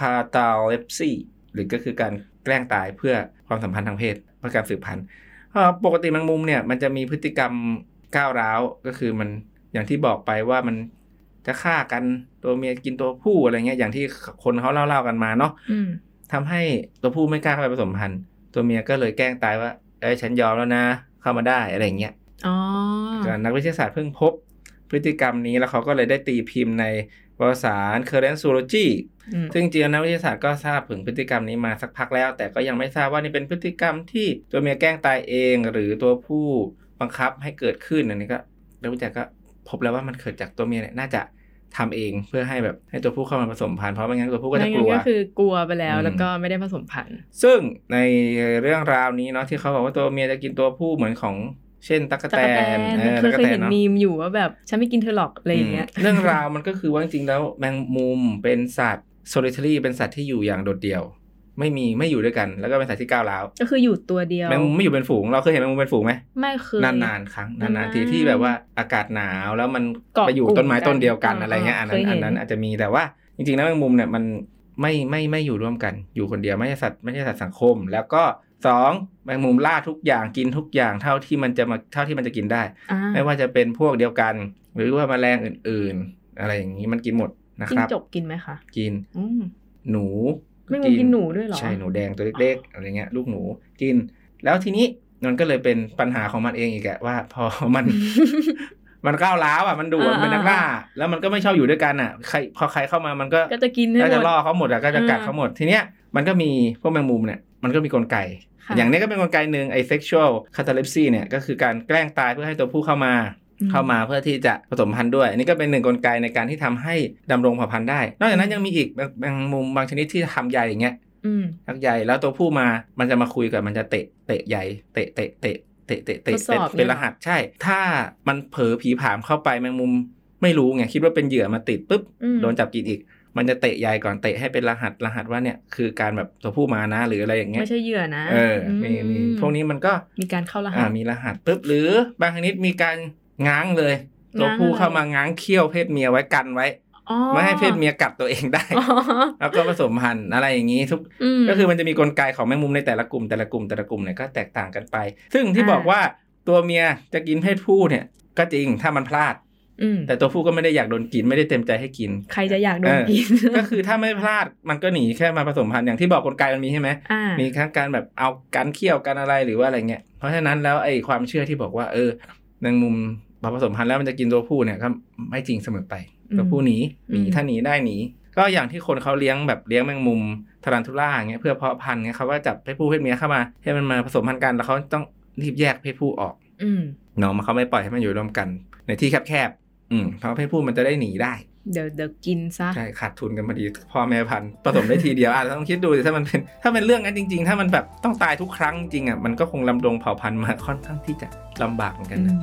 catalepsy หรือก็คือการแกล้งตายเพื่อความสัมพันธ์ทางเพศเพื่อการสืบพันธุ์ปกติแมงมุมเนี่ยมันจะมีพฤติกรรมก้าวร้าวก็คือมันอย่างที่บอกไปว่ามันจะฆ่ากันตัวเมียกินตัวผู้อะไรเงี้ยอย่างที่คนเขาเล่ากันมาเนาะทำให้ตัวผู้ไม่กล้าเข้าไปผสมพันธุ์ตัวเมียก็เลยแกล้งตายว่าฉันยอมแล้วนะเข้ามาได้อะไรเงี้ยนักวิทยาศาสตร์เพิ่งพบพฤติกรรมนี้แล้วเขาก็เลยได้ตีพิมพ์ในวารสาร Current Zoology ซึ่งจริงๆนักวิทยาศาสตร์ก็ทราบถึงพฤติกรรมนี้มาสักพักแล้วแต่ก็ยังไม่ทราบว่านี่เป็นพฤติกรรมที่ตัวเมียแกล้งตายเองหรือตัวผู้บังคับให้เกิดขึ้นอันนี้ก็นักวิจัยก็พบแล้วว่ามันเกิดจากตัวเมียเนี่ยน่าจะทำเองเพื่อให้แบบให้ตัวผู้เข้ามาผสมพันธุ์เพราะไม่งั้นตัวผู้ก็จะกลัวก็คือกลัวไปแล้วแล้วก็ไม่ได้ผสมพันธุ์ซึ่งในเรื่องราวนี้เนาะที่เขาบอกว่าตัวเมียจะกินตัวผู้เหมือนของเช่นตั๊กแตนเคยเห็นมีมอยู่ว่าแบบฉันไม่กินเธอหรอกอะไรอย่างเงี้ยเรื่องราวมันก็คือว่าจริงๆแล้วแมงมุมเป็นสัตว์ solitary เป็นสัตว์ที่อยู่อย่างโดดเดี่ยวไม่อยู่ด้วยกันแล้วก็เป็นสัตว์ที่ก้าวร้าวก็คืออยู่ตัวเดียวแมงมุมไม่อยู่เป็นฝูงเราเคยเห็นแมงมุมเป็นฝูงไหมไม่เคยนานๆครั้งนานๆทีที่แบบว่าอากาศหนาวแล้วมันไปอยู่ต้นไม้ต้นเดียวกันอะไรเงี้ยอันนั้นอาจจะมีแต่ว่าจริงๆแล้วแมงมุมเนี่ยมันไม่อยู่ร่วมกันอยู่คนเดียวไม่ใช่สัตว์สังคมแล้วก็2แมงมุมล่าทุกอย่างกินทุกอย่างเท่าที่มันจะกินได้ไม่ว่าจะเป็นพวกเดียวกันหรือว่าแมลงอื่นๆอะไรอย่างนี้มันกินหมดนะครับจิ้งจกกินไหมคะกินหนูไม่กินหนูด้วยหรอใช่หนูแดงตัวเล็กๆอะไรเงี้ยลูกหนูกินแล้วทีนี้มันก็เลยเป็นปัญหาของมันเองอีกแหละว่าพอมันก้าวร้าวอ่ะมันดุมันเป็นนักล่าแล้วมันก็ไม่ชอบอยู่ด้วยกันอ่ะพอใครเข้ามามันก็จะกินให้หมดก็จะล่อเขาหมดอ่ะก็จะกัดเขาหมดทีเนี้ยมันก็มีพวกแมงมุมเนี่ยมันก็มีกลไกอย่างนี้ก็เป็นกลไกนึงไอ้ sexual catalepsy เนี่ยก็คือการแกล้งตายเพื่อให้ตัวผู้เข้ามาเพื่อที่จะผสมพันธุ์ด้วยอันนี้ก็เป็นหนึ่งกลไกในการที่ทำให้ดำรงเผ่าพันธุ์ได้นอกจากนั้นยังมีอีกแมงมุมบางชนิดที่ทำใยอย่างเงี้ยทักใยแล้วตัวผู้มามันจะมาคุยกับมันจะเตะใยเตะเป็นรหัสใช่ถ้ามันเผลอผีผามเข้าไปแมงมุมไม่รู้ไงคิดว่าเป็นเหยื่อมาติดปุ๊บโดนจับกินอีกมันจะเตะใยก่อนเตะให้เป็นรหัสว่าเนี่ยคือการแบบตัวผู้มานะหรืออะไรอย่างเงี้ยไม่ใช่เหยื่อนะมีพวกนี้มันก็มีการเข้ารหัสมีรหัสปุ๊บหรือบางชนิดมีการง้างเลยตัวผู้เข้ามาง้างเขี้ยวเพศเมียไว้กันไว้ไม่ให้เพศเมียกัดตัวเองได้แล้วก็ผสมพันธุ์อะไรอย่างนี้ทุกก็คือมันจะมีกลไกของแมงมุมในแต่ละกลุ่มเนี่ยก็แตกต่างกันไปซึ่งที่บอกว่าตัวเมียจะกินเพศผู้เนี่ยก็จริงถ้ามันพลาดแต่ตัวผู้ก็ไม่ได้อยากโดนกินไม่ได้เต็มใจให้กินใครจะอยากโดนกินก็คือถ้าไม่พลาดมันก็หนีแค่มาผสมพันธุ์อย่างที่บอกกลไกมันมีใช่ไหมมีทั้งการแบบเอาการเคี่ยวกันอะไรหรือว่าอะไรเงี้ยเพราะฉะนั้นแล้วไอ้ความเชื่อที่บอกว่าแมงมุมพอผสมพันธุ์แล้วมันจะกินตัวผู้เนี่ยก็ไม่จริงเสมอไปตัวผู้หนีถ้าหนีได้หนีก็อย่างที่คนเขาเลี้ยงแมงมุมทารันทูล่าอย่างเงี้ยเพื่อเพาะพันธุ์เงี้ยเขาว่าจับเพศผู้เพศเมียเข้ามาให้มันมาผสมพันธุ์กันแล้วเขาต้องรีบแยกเพศผู้ออกเนาะเขาไม่ปล่อยให้มันอยู่ร่วมกันในที่แคบๆเพราะเพศผู้มันจะได้หนีได้เดี๋ยวกินซะใช่ขาดทุนกันพอดีพ่อแม่พันธุ์ผสมได้ทีเดียวต้องคิดดูถ้าเป็นเรื่องนั้นจริงๆถ้ามันแบบต้องตายทุกครั้งจริงอ่ะมันก็คงลำดงเผ่าพันธุ์มาค่อนข้างที่จะลำบากเหมือนกันนะ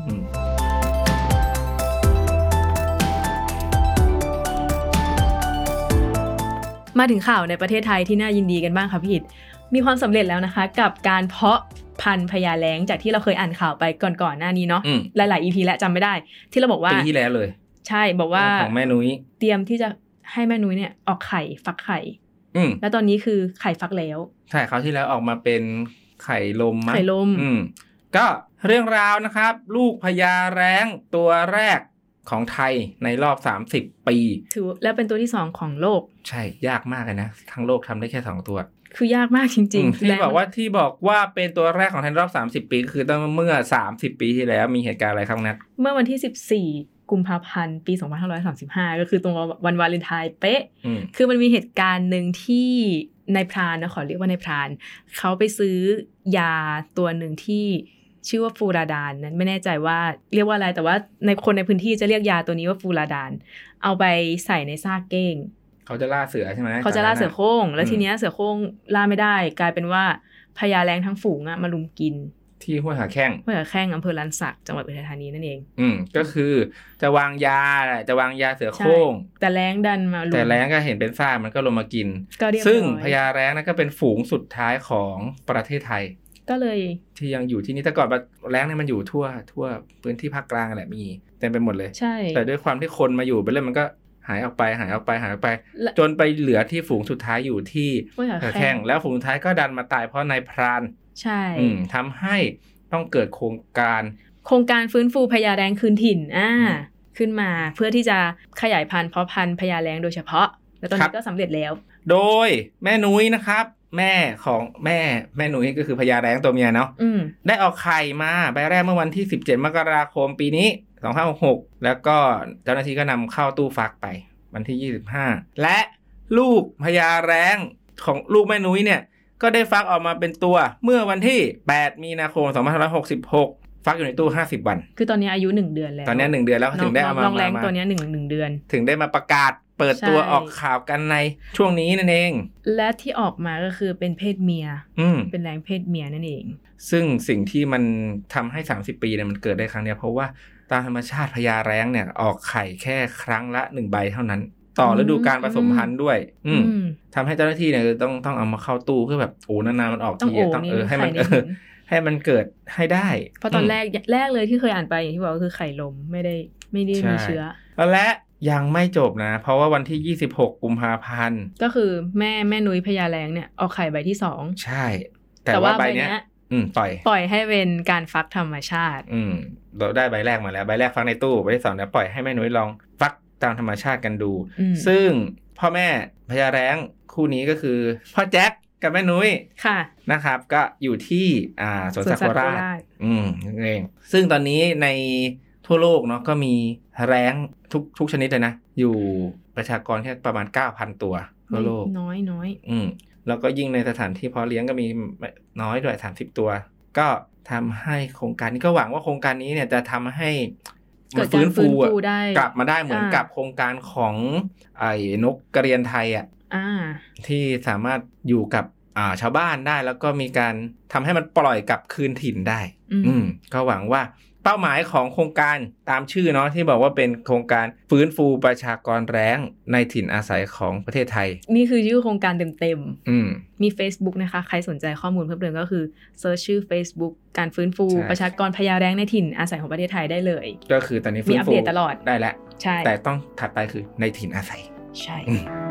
มาถึงข่าวในประเทศไทยที่น่ายินดีกันบ้างค่ะพี่อิฐมีความสำเร็จแล้วนะคะกับการเพาะพันธุ์พญาแล้งจากที่เราเคยอ่านข่าวไปก่อนหน้านี้เนาะหลายๆ EP แล้วจำไม่ได้ที่เราบอกว่าปีที่แล้วเลยใช่บอกว่าของแม่นุ้ยเตรียมที่จะให้แม่นุ้ยเนี่ยออกไข่ฟักไข่แล้วตอนนี้คือไข่ฟักแล้วใช่คราวที่แล้วออกมาเป็นไข่ลมไข่ลมก็เรื่องราวนะครับลูกพญาแร้งตัวแรกของไทยในรอบ30ปีถือและเป็นตัวที่2ของโลกใช่ยากมากเลยนะทั้งโลกทำได้แค่2ตัวคือยากมากจริงๆที่บอกว่าเป็นตัวแรกของไทยในรอบ30ปีคือตั้งเมื่อ30ปีที่แล้วมีเหตุการณ์อะไรครับนัทเมื่อวันที่14กุมภาพันธ์ปี2535ก็คือตรงวันวาเลนไทน์เป๊ะคือมันมีเหตุการณ์นึงที่นายพรานนะขอเรียกว่านายพรานเขาไปซื้อยาตัวหนึ่งที่ชื่อว่าฟูราดานนั้นไม่แน่ใจว่าเรียกว่าอะไรแต่ว่าในคนในพื้นที่จะเรียกยาตัวนี้ว่าฟูราดานเอาไปใส่ในซากเก้งเขาจะล่าเสือใช่ไหมเขาจะล่าเสือโคร่งแล้วทีเนี้ยเสือโคร่งล่าไม่ได้กลายเป็นว่าพญาแร้งทั้งฝูงอะมารุมกินที่ห้วยขาแข้งอำเภอลันสักจังหวัดอุทัยธานีนั่นเองก็คือจะวางยาเสือโคร่งแต่แร้งดันมาแต่แร้งก็เห็นเป็นซากมันก็ลงมากินซึ่งพญาแร้งนั่นก็เป็นฝูงสุดท้ายของประเทศไทยก็เลยที่ยังอยู่ที่นี่แต่ก่อนแร้งเนี่ยมันอยู่ทั่วพื้นที่ภาคกลางแหละมีเต็มไปหมดเลยใช่แต่ด้วยความที่คนมาอยู่ไปเรื่อยมันก็หายออกไปจนไปเหลือที่ฝูงสุดท้ายอยู่ที่แข้งแล้วฝูงสุดท้ายก็ดันมาตายเพราะนายพรานใช่ทำให้ต้องเกิดโครงการฟื้นฟูพญาแร้งคืนถิ่นขึ้นมาเพื่อที่จะขยายพันธุ์เพาะพันธุ์พญาแร้งโดยเฉพาะและตอนนี้ก็สำเร็จแล้วโดยแม่นุ้ยนะครับแม่ของแม่นุ้ยก็คือพญาแร้งตัวเมียเนาะได้ออกไข่มาใบแรกเมื่อวันที่17มกราคมปีนี้2566แล้วก็เจ้าหน้าที่ก็นำเข้าตู้ฟักไปวันที่25และลูกพญาแร้งของลูกแม่นุ้ยเนี่ยก็ได้ฟักออกมาเป็นตัวเมื่อวันที่8มีนาคม2566ฟักอยู่ในตู้50วันคือตอนนี้อายุ1เดือนแล้วตอนนี้1เดือนแล้วถึงได้เอามาน้องแร้งตัวนี้1เดือนถึงได้มาประกาศเปิดตัวออกข่าวกันในช่วงนี้นั่นเองและที่ออกมาก็คือเป็นเพศเมียเป็นแร้งเพศเมียนั่นเองซึ่งสิ่งที่มันทำให้30ปีเนี่ยมันเกิดได้ครั้งเดียวเพราะว่าตามธรรมชาติพญาแร้งเนี่ยออกไข่แค่ครั้งละ1ใบเท่านั้นต่อฤดูกาลผสมพันธุ์ด้วยทำให้เจ้าหน้าที่เนี่ยต้องเอามาเข้าตู้เพื่อแบบนานๆมันออกทีต้องให้มันเกิดให้ได้เพราะตอนแรกเลยที่เคยอ่านไปอย่างที่บอกก็คือไข่ลมไม่ได้มีเชื้อและยังไม่จบนะเพราะว่าวันที่26กุมภาพันธ์ก็คือแม่นุ้ยพญาแร้งเนี่ยออกไข่ใบที่2 ใช่แต่ว่าใบเนี้ยปล่อยให้เป็นการฟักธรรมชาติเราได้ใบแรกมาแล้วใบแรกฟักในตู้ใบที่2เนี่ยปล่อยให้แม่นุ้ยลองฟักตามธรรมชาติกันดูซึ่งพ่อแม่พญาแร้งคู่นี้ก็คือพ่อแจ็คกับแม่นุ้ยค่ะนะครับก็อยู่ที่สวนสัตว์โคราชเองซึ่งตอนนี้ในทั่วโลกเนาะก็มีแร้งทุกชนิดเลยนะอยู่ประชากรแค่ประมาณ 9,000 ตัวทั่วโลกน้อยแล้วก็ยิ่งในสถานที่เพาะเลี้ยงก็มีน้อยด้วย30ตัวก็ทำให้โครงการนี้ก็หวังว่าโครงการนี้เนี่ยจะทำให้มันฟื้นฟูกลับมาได้เหมือนกับโครงการของไอ้นกกระเรียนไทยที่สามารถอยู่กับชาวบ้านได้แล้วก็มีการทำให้มันปล่อยกลับคืนถิ่นได้ก็หวังว่าเป้าหมายของโครงการตามชื่อเนาะที่บอกว่าเป็นโครงการฟื้นฟูประชากรแร้งในถิ่นอาศัยของประเทศไทยนี่คือชื่อโครงการเต็มๆมี Facebook นะคะใครสนใจข้อมูลเพิ่มเติมก็คือเซิร์ชชื่อ Facebook การฟื้นฟูประชากรพญาแร้งในถิ่นอาศัยของประเทศไทยได้เลยก็คือตอนนี้ฟื้นฟูมีอัปเดตตลอดได้แล้วใช่แต่ต้องถัดไปคือในถิ่นอาศัยใช่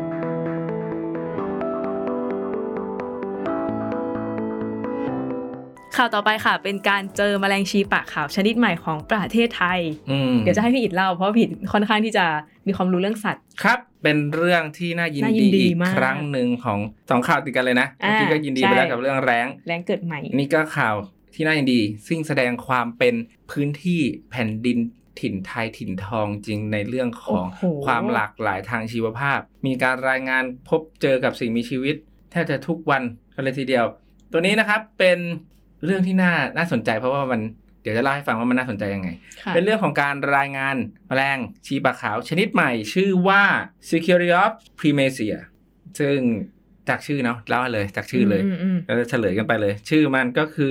ข่าวต่อไปค่ะเป็นการเจอแมลงชีปากขาวชนิดใหม่ของประเทศไทยเดี๋ยวจะให้พี่อิฐเล่าเพราะพี่อิฐค่อนข้างที่จะมีความรู้เรื่องสัตว์ครับเป็นเรื่องที่น่ายินดีอีกครั้งหนึ่งของ2ข่าวติดกันเลยนะเมื่อกี้ก็ยินดีไปแล้วกับเรื่องแร้งเกิดใหม่นี่ก็ข่าวที่น่ายินดีซึ่งแสดงความเป็นพื้นที่แผ่นดินถิ่นไทยถิ่นทองจริงในเรื่องของความหลากหลายทางชีวภาพมีการรายงานพบเจอกับสิ่งมีชีวิตแทบจะทุกวันกันเลยทีเดียวตัวนี้นะครับเป็นเรื่องที่น่าสนใจเพราะว่ามันเดี๋ยวจะเล่าให้ฟังว่ามันน่าสนใจยังไงเป็นเรื่องของการรายงานแมลงชีปากขาวชนิดใหม่ชื่อว่า Sicarius primacia ซึ่งจากชื่อเนาะเล่าเลยจากชื่อเลยแล้วจะเฉลยกันไปเลยชื่อมันก็คือ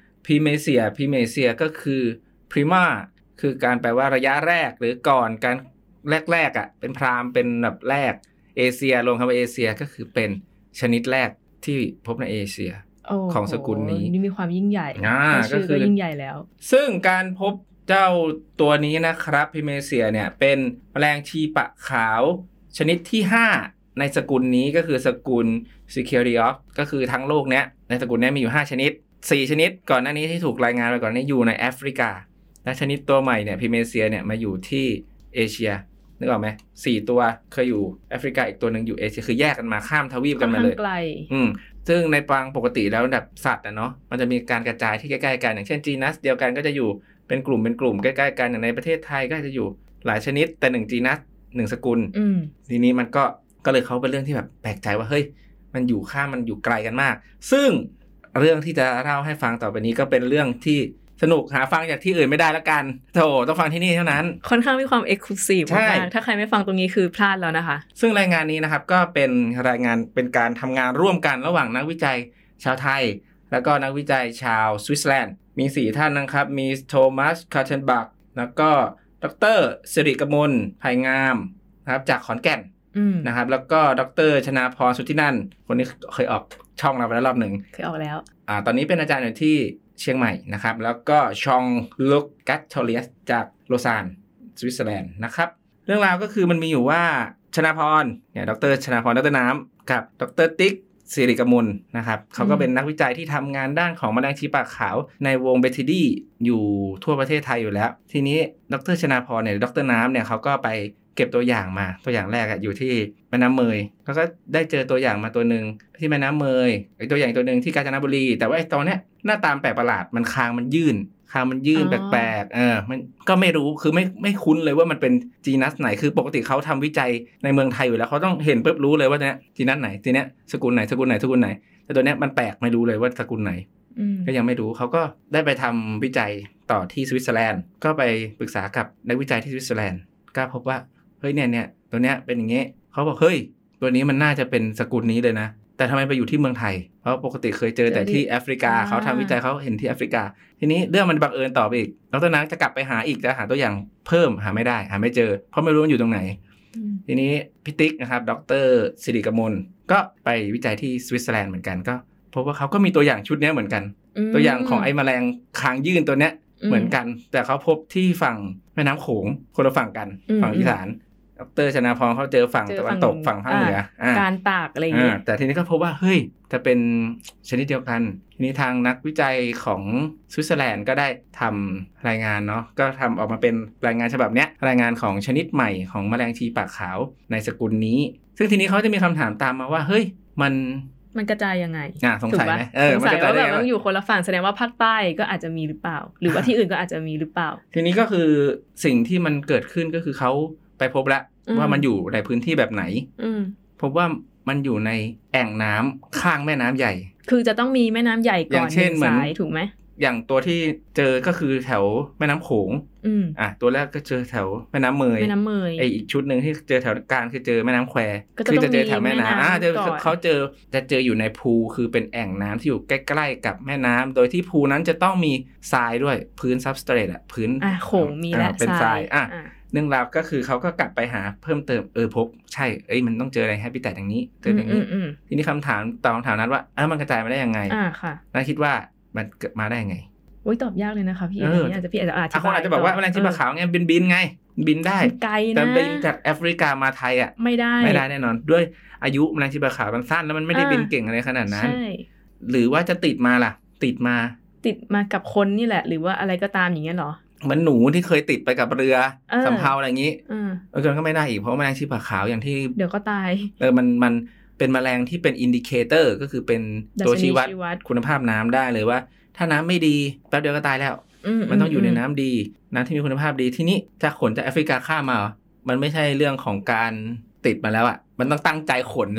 primacia ก็คือ prima คือการแปลว่าระยะแรกหรือก่อนการแรกๆอ่ะเป็นพรามเป็นแบบแรกเอเชียรวมคำว่าเอเชียก็คือเป็นชนิดแรกที่พบในเอเชียของสกุลนี้นี่มีความยิ่งใหญ่ก็คือยิ่งใหญ่แล้วซึ่งการพบเจ้าตัวนี้นะครับพิเมเซียเนี่ยเป็นแมลงชีปะขาวชนิดที่5ในสกุลนี้ก็คือสกุล Sicarius ก็คือทั้งโลกเนี้ยในสกุลนี้มีอยู่5ชนิด4ชนิดก่อนหน้านี้ที่ถูกรายงานไปก่อนนี้อยู่ในแอฟริกาและชนิดตัวใหม่เนี่ยพิเมเซียเนี่ยมาอยู่ที่เอเชียนึกออกไหม4ตัวเคยอยู่แอฟริกาอีกตัวนึงอยู่เอเชียคือแยกกันมาข้ามทวีปกันมาเลยซึ่งในปางปกติแล้วแบบสัตว์เนาะมันจะมีการกระจายที่ใกล้ๆกันอย่างเช่นจีนัสเดียวกันก็จะอยู่เป็นกลุ่มใกล้ๆกันอย่างในประเทศไทยก็จะอยู่หลายชนิดแต่1จีนัส1สกุลทีนี้มันก็เลยเขาเป็นเรื่องที่แบบแปลกใจว่าเฮ้ยมันอยู่ข้ามมันอยู่ไกลกันมากซึ่งเรื่องที่จะเล่าให้ฟังต่อไปนี้ก็เป็นเรื่องที่สนุกหาฟังจากที่อื่นไม่ได้ละกันโธ่ต้องฟังที่นี่เท่านั้นค่อนข้างมีความเอ็กซ์คลูซีฟมากถ้าใครไม่ฟังตรงนี้คือพลาดแล้วนะคะซึ่งรายงานนี้นะครับก็เป็นรายงานเป็นการทำงานร่วมกันระหว่างนักวิจัยชาวไทยแล้วก็นักวิจัยชาวสวิตเซอร์แลนด์มี4ท่านนะครับมีโทมัสคาร์เทนบักแล้วก็ดร.สิริกมลไผ่งามนะครับจากขอนแก่นนะครับแล้วก็ดร.ชนาพรสุทธินันท์คนนี้เคยออกช่องเราไปแล้วรอบหนึ่งเคยออกแล้วตอนนี้เป็นอาจารย์อยู่ที่เชียงใหม่นะครับแล้วก็ชองลุกกัตโทเลียสจากโลซานสวิตเซอร์แลนด์นะครับเรื่องราวก็คือมันมีอยู่ว่าชนาพรเนี่ยดร.ชนาพรดร.น้ำกับดร.ติ๊กสิริกมลนะครับเขาก็เป็นนักวิจัยที่ทำงานด้านของแมลงชีปากขาวในวงเบทิดีอยู่ทั่วประเทศไทยอยู่แล้วทีนี้ดร.ชนาพรเนี่ยดร.น้ำเนี่ยเขาก็ไปเก็บตัวอย่างมาตัวอย่างแรกอยู่ที่แม่น้ำเมยแล้วก็ได้เจอตัวอย่างมาตัวนึงที่แม่น้ำเมยอีกตัวอย่างตัวนึงที่กาญจนบุรีแต่ว่าไอ้ตัวเนี้ยหน้าตาแปลกประหลาดมันคางมันยื่นแปลกๆมันก็ไม่รู้คือไม่คุ้นเลยว่ามันเป็นจีนัสไหนคือปกติเขาทำวิจัยในเมืองไทยอยู่แล้วเขาต้องเห็นปุ๊บรู้เลยว่าเนี่ยจีนัสไหนทีเนี้ยสกุลไหนแต่ตัวเนี้ยมันแปลกไม่รู้เลยว่าสกุลไหนก็ยังไม่รู้เขาก็ได้ไปทำวิจัยต่อที่สวิตเซอร์แลนด์ก็ไปปรึกษากับนักวิจัยที่สวิตเซอร์แลนด์ก็พบว่าเฮ้ยเนี่ยตัวเนี้ยเป็นอย่างงี้เขาบอกเฮ้ยตัวนี้มันน่าจะเป็นสกุลนี้เลยนะแต่ทำไมไปอยู่ที่เมืองไทยเพราะปกติเคยเจอแต่ที่แอฟริกาเขาทำวิจัยเขาเห็นที่แอฟริกาทีนี้เรื่องมันบังเอิญต่อไปอีกดร.นักจะกลับไปหาอีกจะหาตัวอย่างเพิ่มหาไม่ได้หาไม่เจอเพราะไม่รู้มันอยู่ตรงไหนทีนี้พี่ติ๊กนะครับดร.สิริกมลก็ไปวิจัยที่สวิตเซอร์แลนด์เหมือนกันก็พบว่าเขาก็มีตัวอย่างชุดนี้เหมือนกันตัวอย่างของไอ้แมลงคางยื่นตัวเนี้ยเหมือนกันแต่เขาพบที่ฝั่งแม่น้ำโขงคนละฝั่งกันฝั่งอีสานดร.ชนาพรเขาเจอฝั่งตะวันตกฝั่งภาคเหนือการตากอะไรอย่างเงี้ยแต่ทีนี้ก็พบว่าเฮ้ยจะเป็นชนิดเดียวกันทีนี้ทางนักวิจัยของสวิตเซอร์แลนด์ก็ได้ทำรายงานเนาะก็ทำออกมาเป็นรายงานฉบับเนี้ยรายงานของชนิดใหม่ของแมลงชีปากขาวในสกุลนี้ซึ่งทีนี้เขาจะมีคำถามตามมาว่าเฮ้ยมันกระจายยังไงสงสัยไหมสงสัยว่าแบบมันอยู่คนละฝั่งแสดงว่าภาคใต้ก็อาจจะมีหรือเปล่าหรือว่าที่อื่นก็อาจจะมีหรือเปล่าทีนี้ก็คือสิ่งที่มันเกิดขึ้นก็คือเขาไปพบแล้วว่ามันอยู่ในพื้นที่แบบไหนพบว่ามันอยู่ในแอ่งน้ำข้างแม่น้ำใหญ่คือจะต้องมีแม่น้ำใหญ่ก่อนสายถูกไหมอย่างตัวที่เจอก็คือแถวแม่น้ำโขงตัวแรกก็เจอแถวแม่น้ำเมยไออีกชุดนึงที่เจอแถวกลางคือเจอแม่น้ำแควคือจะเจอแถวแม่น้ำเขาเจออยู่ในพูคือเป็นแอ่งน้ำที่อยู่ใกล้ๆกับแม่น้ำโดยที่พูนั้นจะต้องมีทรายด้วยพื้นซับสเตรทพื้นโขงมีและเป็นทรายเรื่องราวก็คือเขาก็กลับไปหาเพิ่มเติมพบใช่มันต้องเจออะไรแฮปปี้แต่อย่างนี้เจออย่างนี้ทีนี้คำถามนั้นว่ามันกระจายมาได้ยังไงน่าคิดว่ามันเกิดมาได้ยังไงโอ้ยตอบยากเลยนะคะพี่อาจจะคนอาจจะบอกว่าแมลงชีปากขาวไงบินไงบินได้แต่บินจากแอฟริกามาไทยไม่ได้แน่นอนด้วยอายุแมลงชีปากขาวมันสั้นแล้วมันไม่ได้บินเก่งอะไรขนาดนั้นหรือว่าจะติดมาติดมากับคนนี่แหละหรือว่าอะไรก็ตามอย่างเงี้ยหรอเหมือนหนูที่เคยติดไปกับเรือสำเภาอะไรอย่างนี้จนก็ไม่ได้อีกเพราะแมลงชีปากขาวอย่างที่เดี๋ยวก็ตายมันเป็นแมลงที่เป็นอินดิเคเตอร์ก็คือเป็นตัวชี้วัดคุณภาพน้ำได้เลยว่าถ้าน้ำไม่ดีแป๊บเดียวก็ตายแล้วมันต้องอยู่ในน้ำดีน้ำที่มีคุณภาพดีที่นี้จะขนจากแอฟริกาข้ามมามันไม่ใช่เรื่องของการติดมาแล้วมันต้องตั้งใจขนแล้ว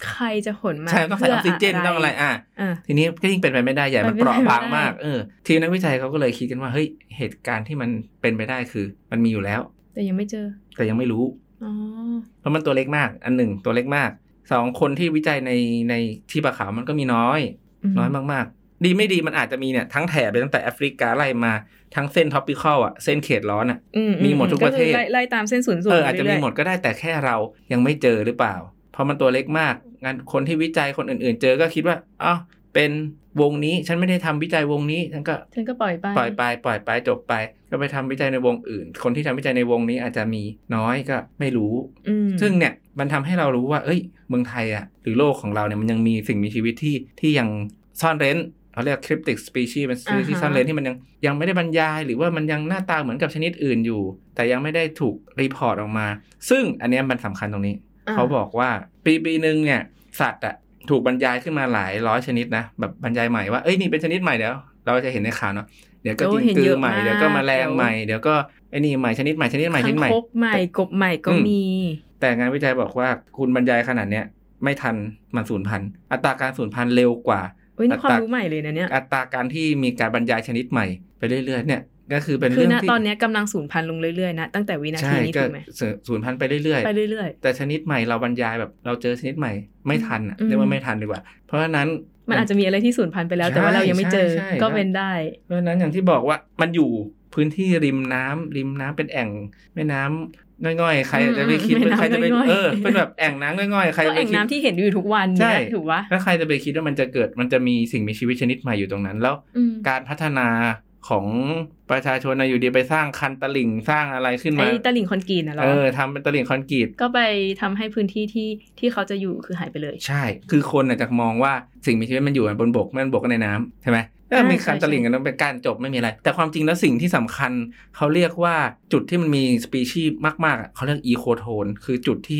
ใครจะขนมาใช่ต้องใส่ออกซิเจนต้องอะไรทีนี้ก็ยิ่งเป็นไปไม่ได้ใหญ่มันเปราะบางมากทีมนักวิจัยเขาก็เลยคิดกันว่าเฮ้ยเหตุการณ์ที่มันเป็นไปได้คือมันมีอยู่แล้วแต่ยังไม่เจอแต่ยังไม่รู้เพราะมันตัวเล็กมากอันหนึ่งตัวเล็กมาก2คนที่วิจัยในที่ปลาขาวมันก็มีน้อยมากๆดีไม่ดีมันอาจจะมีเนี่ยทั้งแถบไปตั้งแต่แอฟริกาไล่มาทั้งเส้นท็อปปิคอลเส้นเขตร้อนมีหมดทุกประเทศไล่ตามเส้นศูนย์สูงอาจจะมีหมดก็ได้แต่แค่เรายังไม่เจอหรือเปล่าเพราะมันตัวเล็กมากงั้นคนที่วิจัยคนอื่นๆเจอก็คิดว่าอ้าวเป็นวงนี้ฉันไม่ได้ทำวิจัยวงนี้ฉันก็ปล่อยไปจบไปก็ไปทำวิจัยในวงอื่นคนที่ทำวิจัยในวงนี้อาจจะมีน้อยก็ไม่รู้ซึ่งเนี่ยมันทำให้เรารู้ว่าเมืองไทยหรือโลกของเราเนี่ยมันยังมีสิ่งมีชีวิตที่ยังซ่อนเร้นเขาเรียก cryptic species เป็นที่ซ่อนเร้นที่มันยังไม่ได้บรรยายหรือว่ามันยังหน้าตาเหมือนกับชนิดอื่นอยู่แต่ยังไม่ได้ถูกรีพอร์ตออกมาซึ่งอันนี้มันสำคัญตรงนี้เขาบอกว่าปีนึงเนี่ยสัตว์ถูกบรรยายขึ้นมาหลายร้อยชนิดนะแบบบรรยายใหม่ว่านี่เป็นชนิดใหม่เดี๋ยวเราจะเห็นในข่าวเนาะเดี๋ยวก็จิ้งกือใหม่เดี๋ยวก็แมลงใหม่เดี๋ยวก็นี่ใหม่ชนิดใหม่คางคกใหม่กบใหม่ก็มีแต่งานวิจัยบอกว่าคุณบรรยายขนาดเนี้ยไม่ทันมันสูญพันธุ์อัตราการสูญพันธุ์เร็วกว่านี่ความรู้ใหม่เลยนะเนี่ยอัตราการที่มีการบรรยายชนิดใหม่ไปเรื่อยๆเนี่ยก็คือเป็นเรื่องที่ตอนนี้กำลังสูญพันธุ์ลงเรื่อยๆนะตั้งแต่วินาทีนี้ถูกไหมสูญพันธุ์ไปเรื่อยๆแต่ชนิดใหม่เราบรรยายแบบเราเจอชนิดใหม่ไม่ทันเรียกว่าไม่ทันดีกว่าเพราะฉะนั้นมันอาจจะมีอะไรที่สูญพันธุ์ไปแล้วแต่ว่าเรายังไม่เจอก็เป็นได้เพราะฉะนั้นอย่างที่บอกว่ามันอยู่พื้นที่ริมน้ำเป็นแอ่งแม่น้ำง่อยๆใครจะไปคิดว่าใครจะไปเป็นแบบแอ่งน้ำง่อยๆใครจะไปคิดแอ่งน้ำที่เห็นอยู่ทุกวันเนี่ยถูกปะแล้วใครจะไปคิดว่ามันจะมีสิ่งมีชีวิตชนิดใหม่อยู่ตรงนั้นแล้วการพัฒนาของประชาชนอยู่ดีไปสร้างคันตลิ่งสร้างอะไรขึ้นมาตลิ่งคอนกรีตนะเราทำเป็นตลิ่งคอนกรีตก็ไปทำให้พื้นที่ที่เขาจะอยู่คือหายไปเลยใช่คือคนจะมองว่าสิ่งมีชีวิตมันอยู่บนบกมันบกกันในน้ำใช่ไหมแล้วมีคันตลิ่งกันเป็นการจบไม่มีอะไรแต่ความจริงแล้วสิ่งที่สำคัญเขาเรียกว่าจุดที่มันมีสปีชีส์มากๆเขาเรียกอีโคโทนคือจุดที่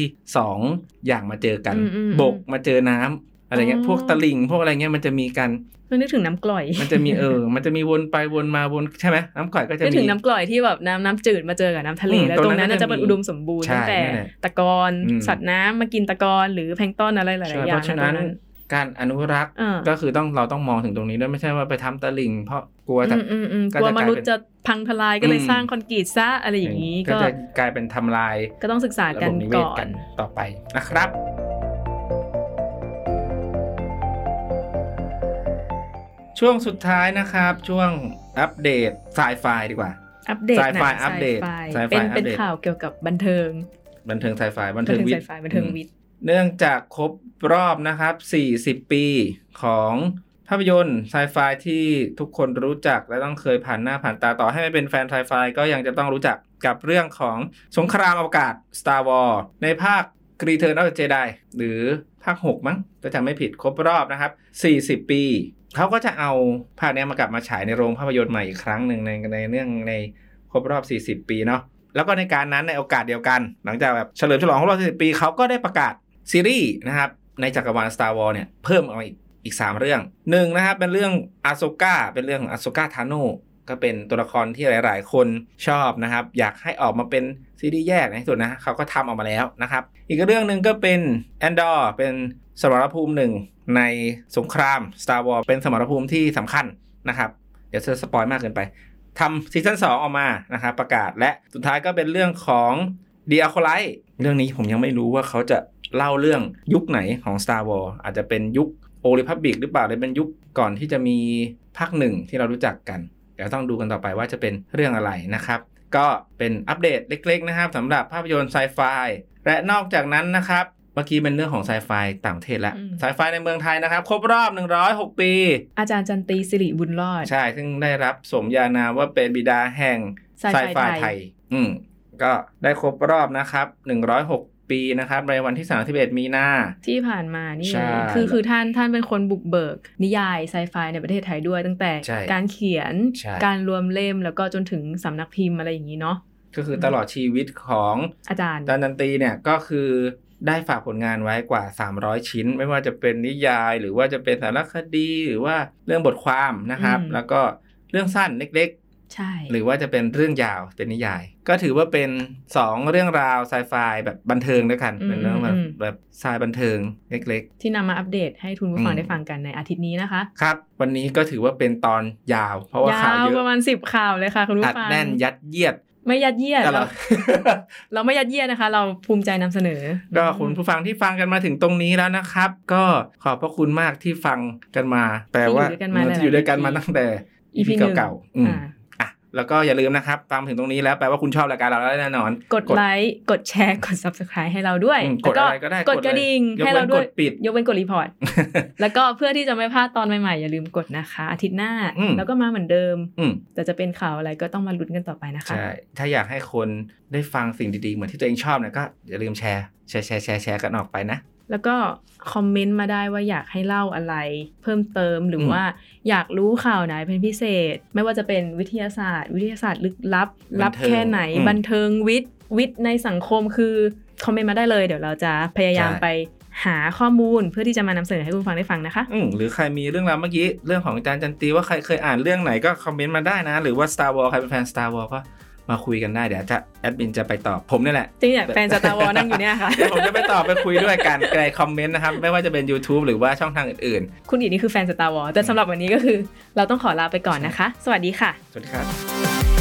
2อย่างมาเจอกันบกมาเจอน้ำอะไรเงี้ยพวกตลิ่งพวกอะไรเงี้ยมันจะมีกันนึกถึงน้ำกร่อยมันจะมีมันจะมีวนไปวนมาวนใช่ไหมน้ำกร่อยก็จะมีนึกถึงน้ำกร่อยที่แบบน้ำจืดมาเจอกับน้ำทะเลแล้วตรงนั้นจะเป็นอุดมสมบูรณ์ตั้งแต่ตะกอนสัตว์น้ำมากินตะกอนหรือแพลงก์ต้นอะไรหลายๆอย่างเพราะฉะนั้นการอนุรักษ์ก็คือเราต้องมองถึงตรงนี้ด้วยไม่ใช่ว่าไปทำตลิ่งเพราะกลัวมนุษย์จะพังทลายก็เลยสร้างคอนกรีตซะอะไรอย่างนี้ก็จะกลายเป็นทำลายก็ต้องศึกษากันก่อนต่อไปนะครับช่วงสุดท้ายนะครับช่วงอัปเดตไซไฟดีกว่าอัปเดตไซไฟอัปเดตเป็นข่าวเกี่ยวกับบันเทิงไซไฟบันเทิงวิทย์เนื่องจากครบรอบนะครับ40ปีของภาพยนตร์ไซไฟที่ทุกคนรู้จักและต้องเคยผ่านหน้าผ่านตาต่อให้ไม่เป็นแฟนไซไฟก็ยังจะต้องรู้จักกับเรื่องของสงครามอวกาศ Star Wars ในภาค Return of the Jedi หรือภาค6มั้งก็จำไม่ผิดครบรอบนะครับ40ปีเขาก็จะเอาภาคนี้มากลับมาฉายในโรงภาพยนตร์ใหม่อีกครั้งหนึ่งในเรื่องในครบรอบ40ปีเนาะแล้วก็ในการนั้นในโอกาสเดียวกันหลังจากแบบเฉลิมฉลองครบรอบ40ปีเขาก็ได้ประกาศซีรีส์นะครับในจักรวาล Star Wars เนี่ยเพิ่มมาอีก3เรื่อง1นะครับเป็นเรื่องอาโซก้าเป็นเรื่องอาโซก้าทาโน่ก็เป็นตัวละครที่หลายๆคนชอบนะครับอยากให้ออกมาเป็นซีรีส์แยกในที่สุดนะเขาก็ทำออกมาแล้วนะครับอีกเรื่องนึงก็เป็นแอนดอร์เป็นสมรภูมิหนึ่งในสงคราม Star Wars เป็นสมรภูมิที่สำคัญนะครับเดี๋ยวจะสปอยมากเกินไปทำซีซั่น2ออกมานะครับประกาศและสุดท้ายก็เป็นเรื่องของ The Acolyte เรื่องนี้ผมยังไม่รู้ว่าเขาจะเล่าเรื่องยุคไหนของ Star Wars อาจจะเป็นยุค Old Republic หรือเปล่าหรือเป็นยุคก่อนที่จะมีภาค1ที่เรารู้จักกันเดี๋ยวต้องดูกันต่อไปว่าจะเป็นเรื่องอะไรนะครับก็เป็นอัปเดตเล็กๆนะครับสำหรับภาพยนตร์ไซไฟและนอกจากนั้นนะครับเมื่อกี้เป็นเรื่องของไซไฟต่างประเทศแล้วไซไฟในเมืองไทยนะครับครบรอบ106ปีอาจารย์จันตีสิริบุญรอดใช่ซึ่งได้รับสมญานามว่าเป็นบิดาแห่งไซไฟไทยก็ได้ครบรอบนะครับ106ปีนะครับในวันที่31มีนาที่ผ่านมานี่คือท่านเป็นคนบุกเบิกนิยายไซไฟในประเทศไทยด้วยตั้งแต่การเขียนการรวมเล่มแล้วก็จนถึงสำนักพิมพ์อะไรอย่างนี้เนาะก็คือตลอดชีวิตของอาจารย์จันตีเนี่ยก็คือได้ฝากผลงานไว้กว่า300ชิ้นไม่ว่าจะเป็นนิยายหรือว่าจะเป็นสารคดีหรือว่าเรื่องบทความนะครับแล้วก็เรื่องสั้นเล็กๆใช่หรือว่าจะเป็นเรื่องยาวเป็นนิยายก็ถือว่าเป็น2เรื่องราวไซไฟแบบบันเทิงด้วยกันเป็นเรื่องแบบไซไฟบันเทิงเล็กๆที่นำมาอัปเดตให้ทุนผู้ฟังได้ฟังกันในอาทิตย์นี้นะคะครับวันนี้ก็ถือว่าเป็นตอนยาวเพราะว่าข่าวเยอะประมาณ10ข่าวเลยค่ะคุณผู้ฟังอัดแน่นยัดเยียดไม่ยัดเยียดเราไม่ยัดเยียดนะคะเราภูมิใจนำเสนอก็คุณผู้ฟังที่ฟังกันมาถึงตรงนี้แล้วนะครับก็ขอบพระคุณมากที่ฟังกันมาแปลว่าที่อยู่ด้วยกันมาตั้งแต่ EP เก่าแล้วก็อย่าลืมนะครับฟังถึงตรงนี้แล้วแปลว่าคุณชอบรายการเราแล้วแน่นอนกดไลค์กดแชร์กด Subscribe ให้เราด้วยกดอะไรก็ได้กดกระดิ่งให้เราด้วยยกเว้นกดรีพอร์ต แล้วก็เพื่อที่จะไม่พลาดตอนใหม่ๆอย่าลืมกดนะคะอาทิตย์หน้าแล้วก็มาเหมือนเดิมแต่จะเป็นข่าวอะไรก็ต้องมาลุ้นกันต่อไปนะคะใช่ถ้าอยากให้คนได้ฟังสิ่งดีๆเหมือนที่ตัวเองชอบเนี่ยก็อย่าลืมแชร์กันออกไปนะแล้วก็คอมเมนต์มาได้ว่าอยากให้เล่าอะไรเพิ่มเติมหรือว่าอยากรู้ข่าวไหนเป็นพิเศษไม่ว่าจะเป็นวิทยาศาสตร์ลึกลับแค่ไหนบันเทิงวิทย์ในสังคมคือคอมเมนต์มาได้เลยเดี๋ยวเราจะพยายามไปหาข้อมูลเพื่อที่จะมานำเสนอให้คุณฟังได้ฟังนะคะหรือใครมีเรื่องราวเมื่อกี้เรื่องของอาจารย์จันตีว่าใครเคยอ่านเรื่องไหนก็คอมเมนต์มาได้นะหรือว่า Star Wars ใครเป็นแฟน Star Wars ก็มาคุยกันได้เดี๋ยวจะแอดมินจะไปตอบผมนี่แหละจริงเนี่ยแฟน Star Wars นั่งอยู่เนี่ยค่ะผมจะไปตอบไปคุยด้วยกันในคอมเมนต์นะครับไม่ว่าจะเป็น YouTube หรือว่าช่องทางอื่นๆคุณอีนี่คือแฟน Star Wars แต่สำหรับวันนี้ก็คือเราต้องขอลาไปก่อนนะคะสวัสดีค่ะสวัสดีครับ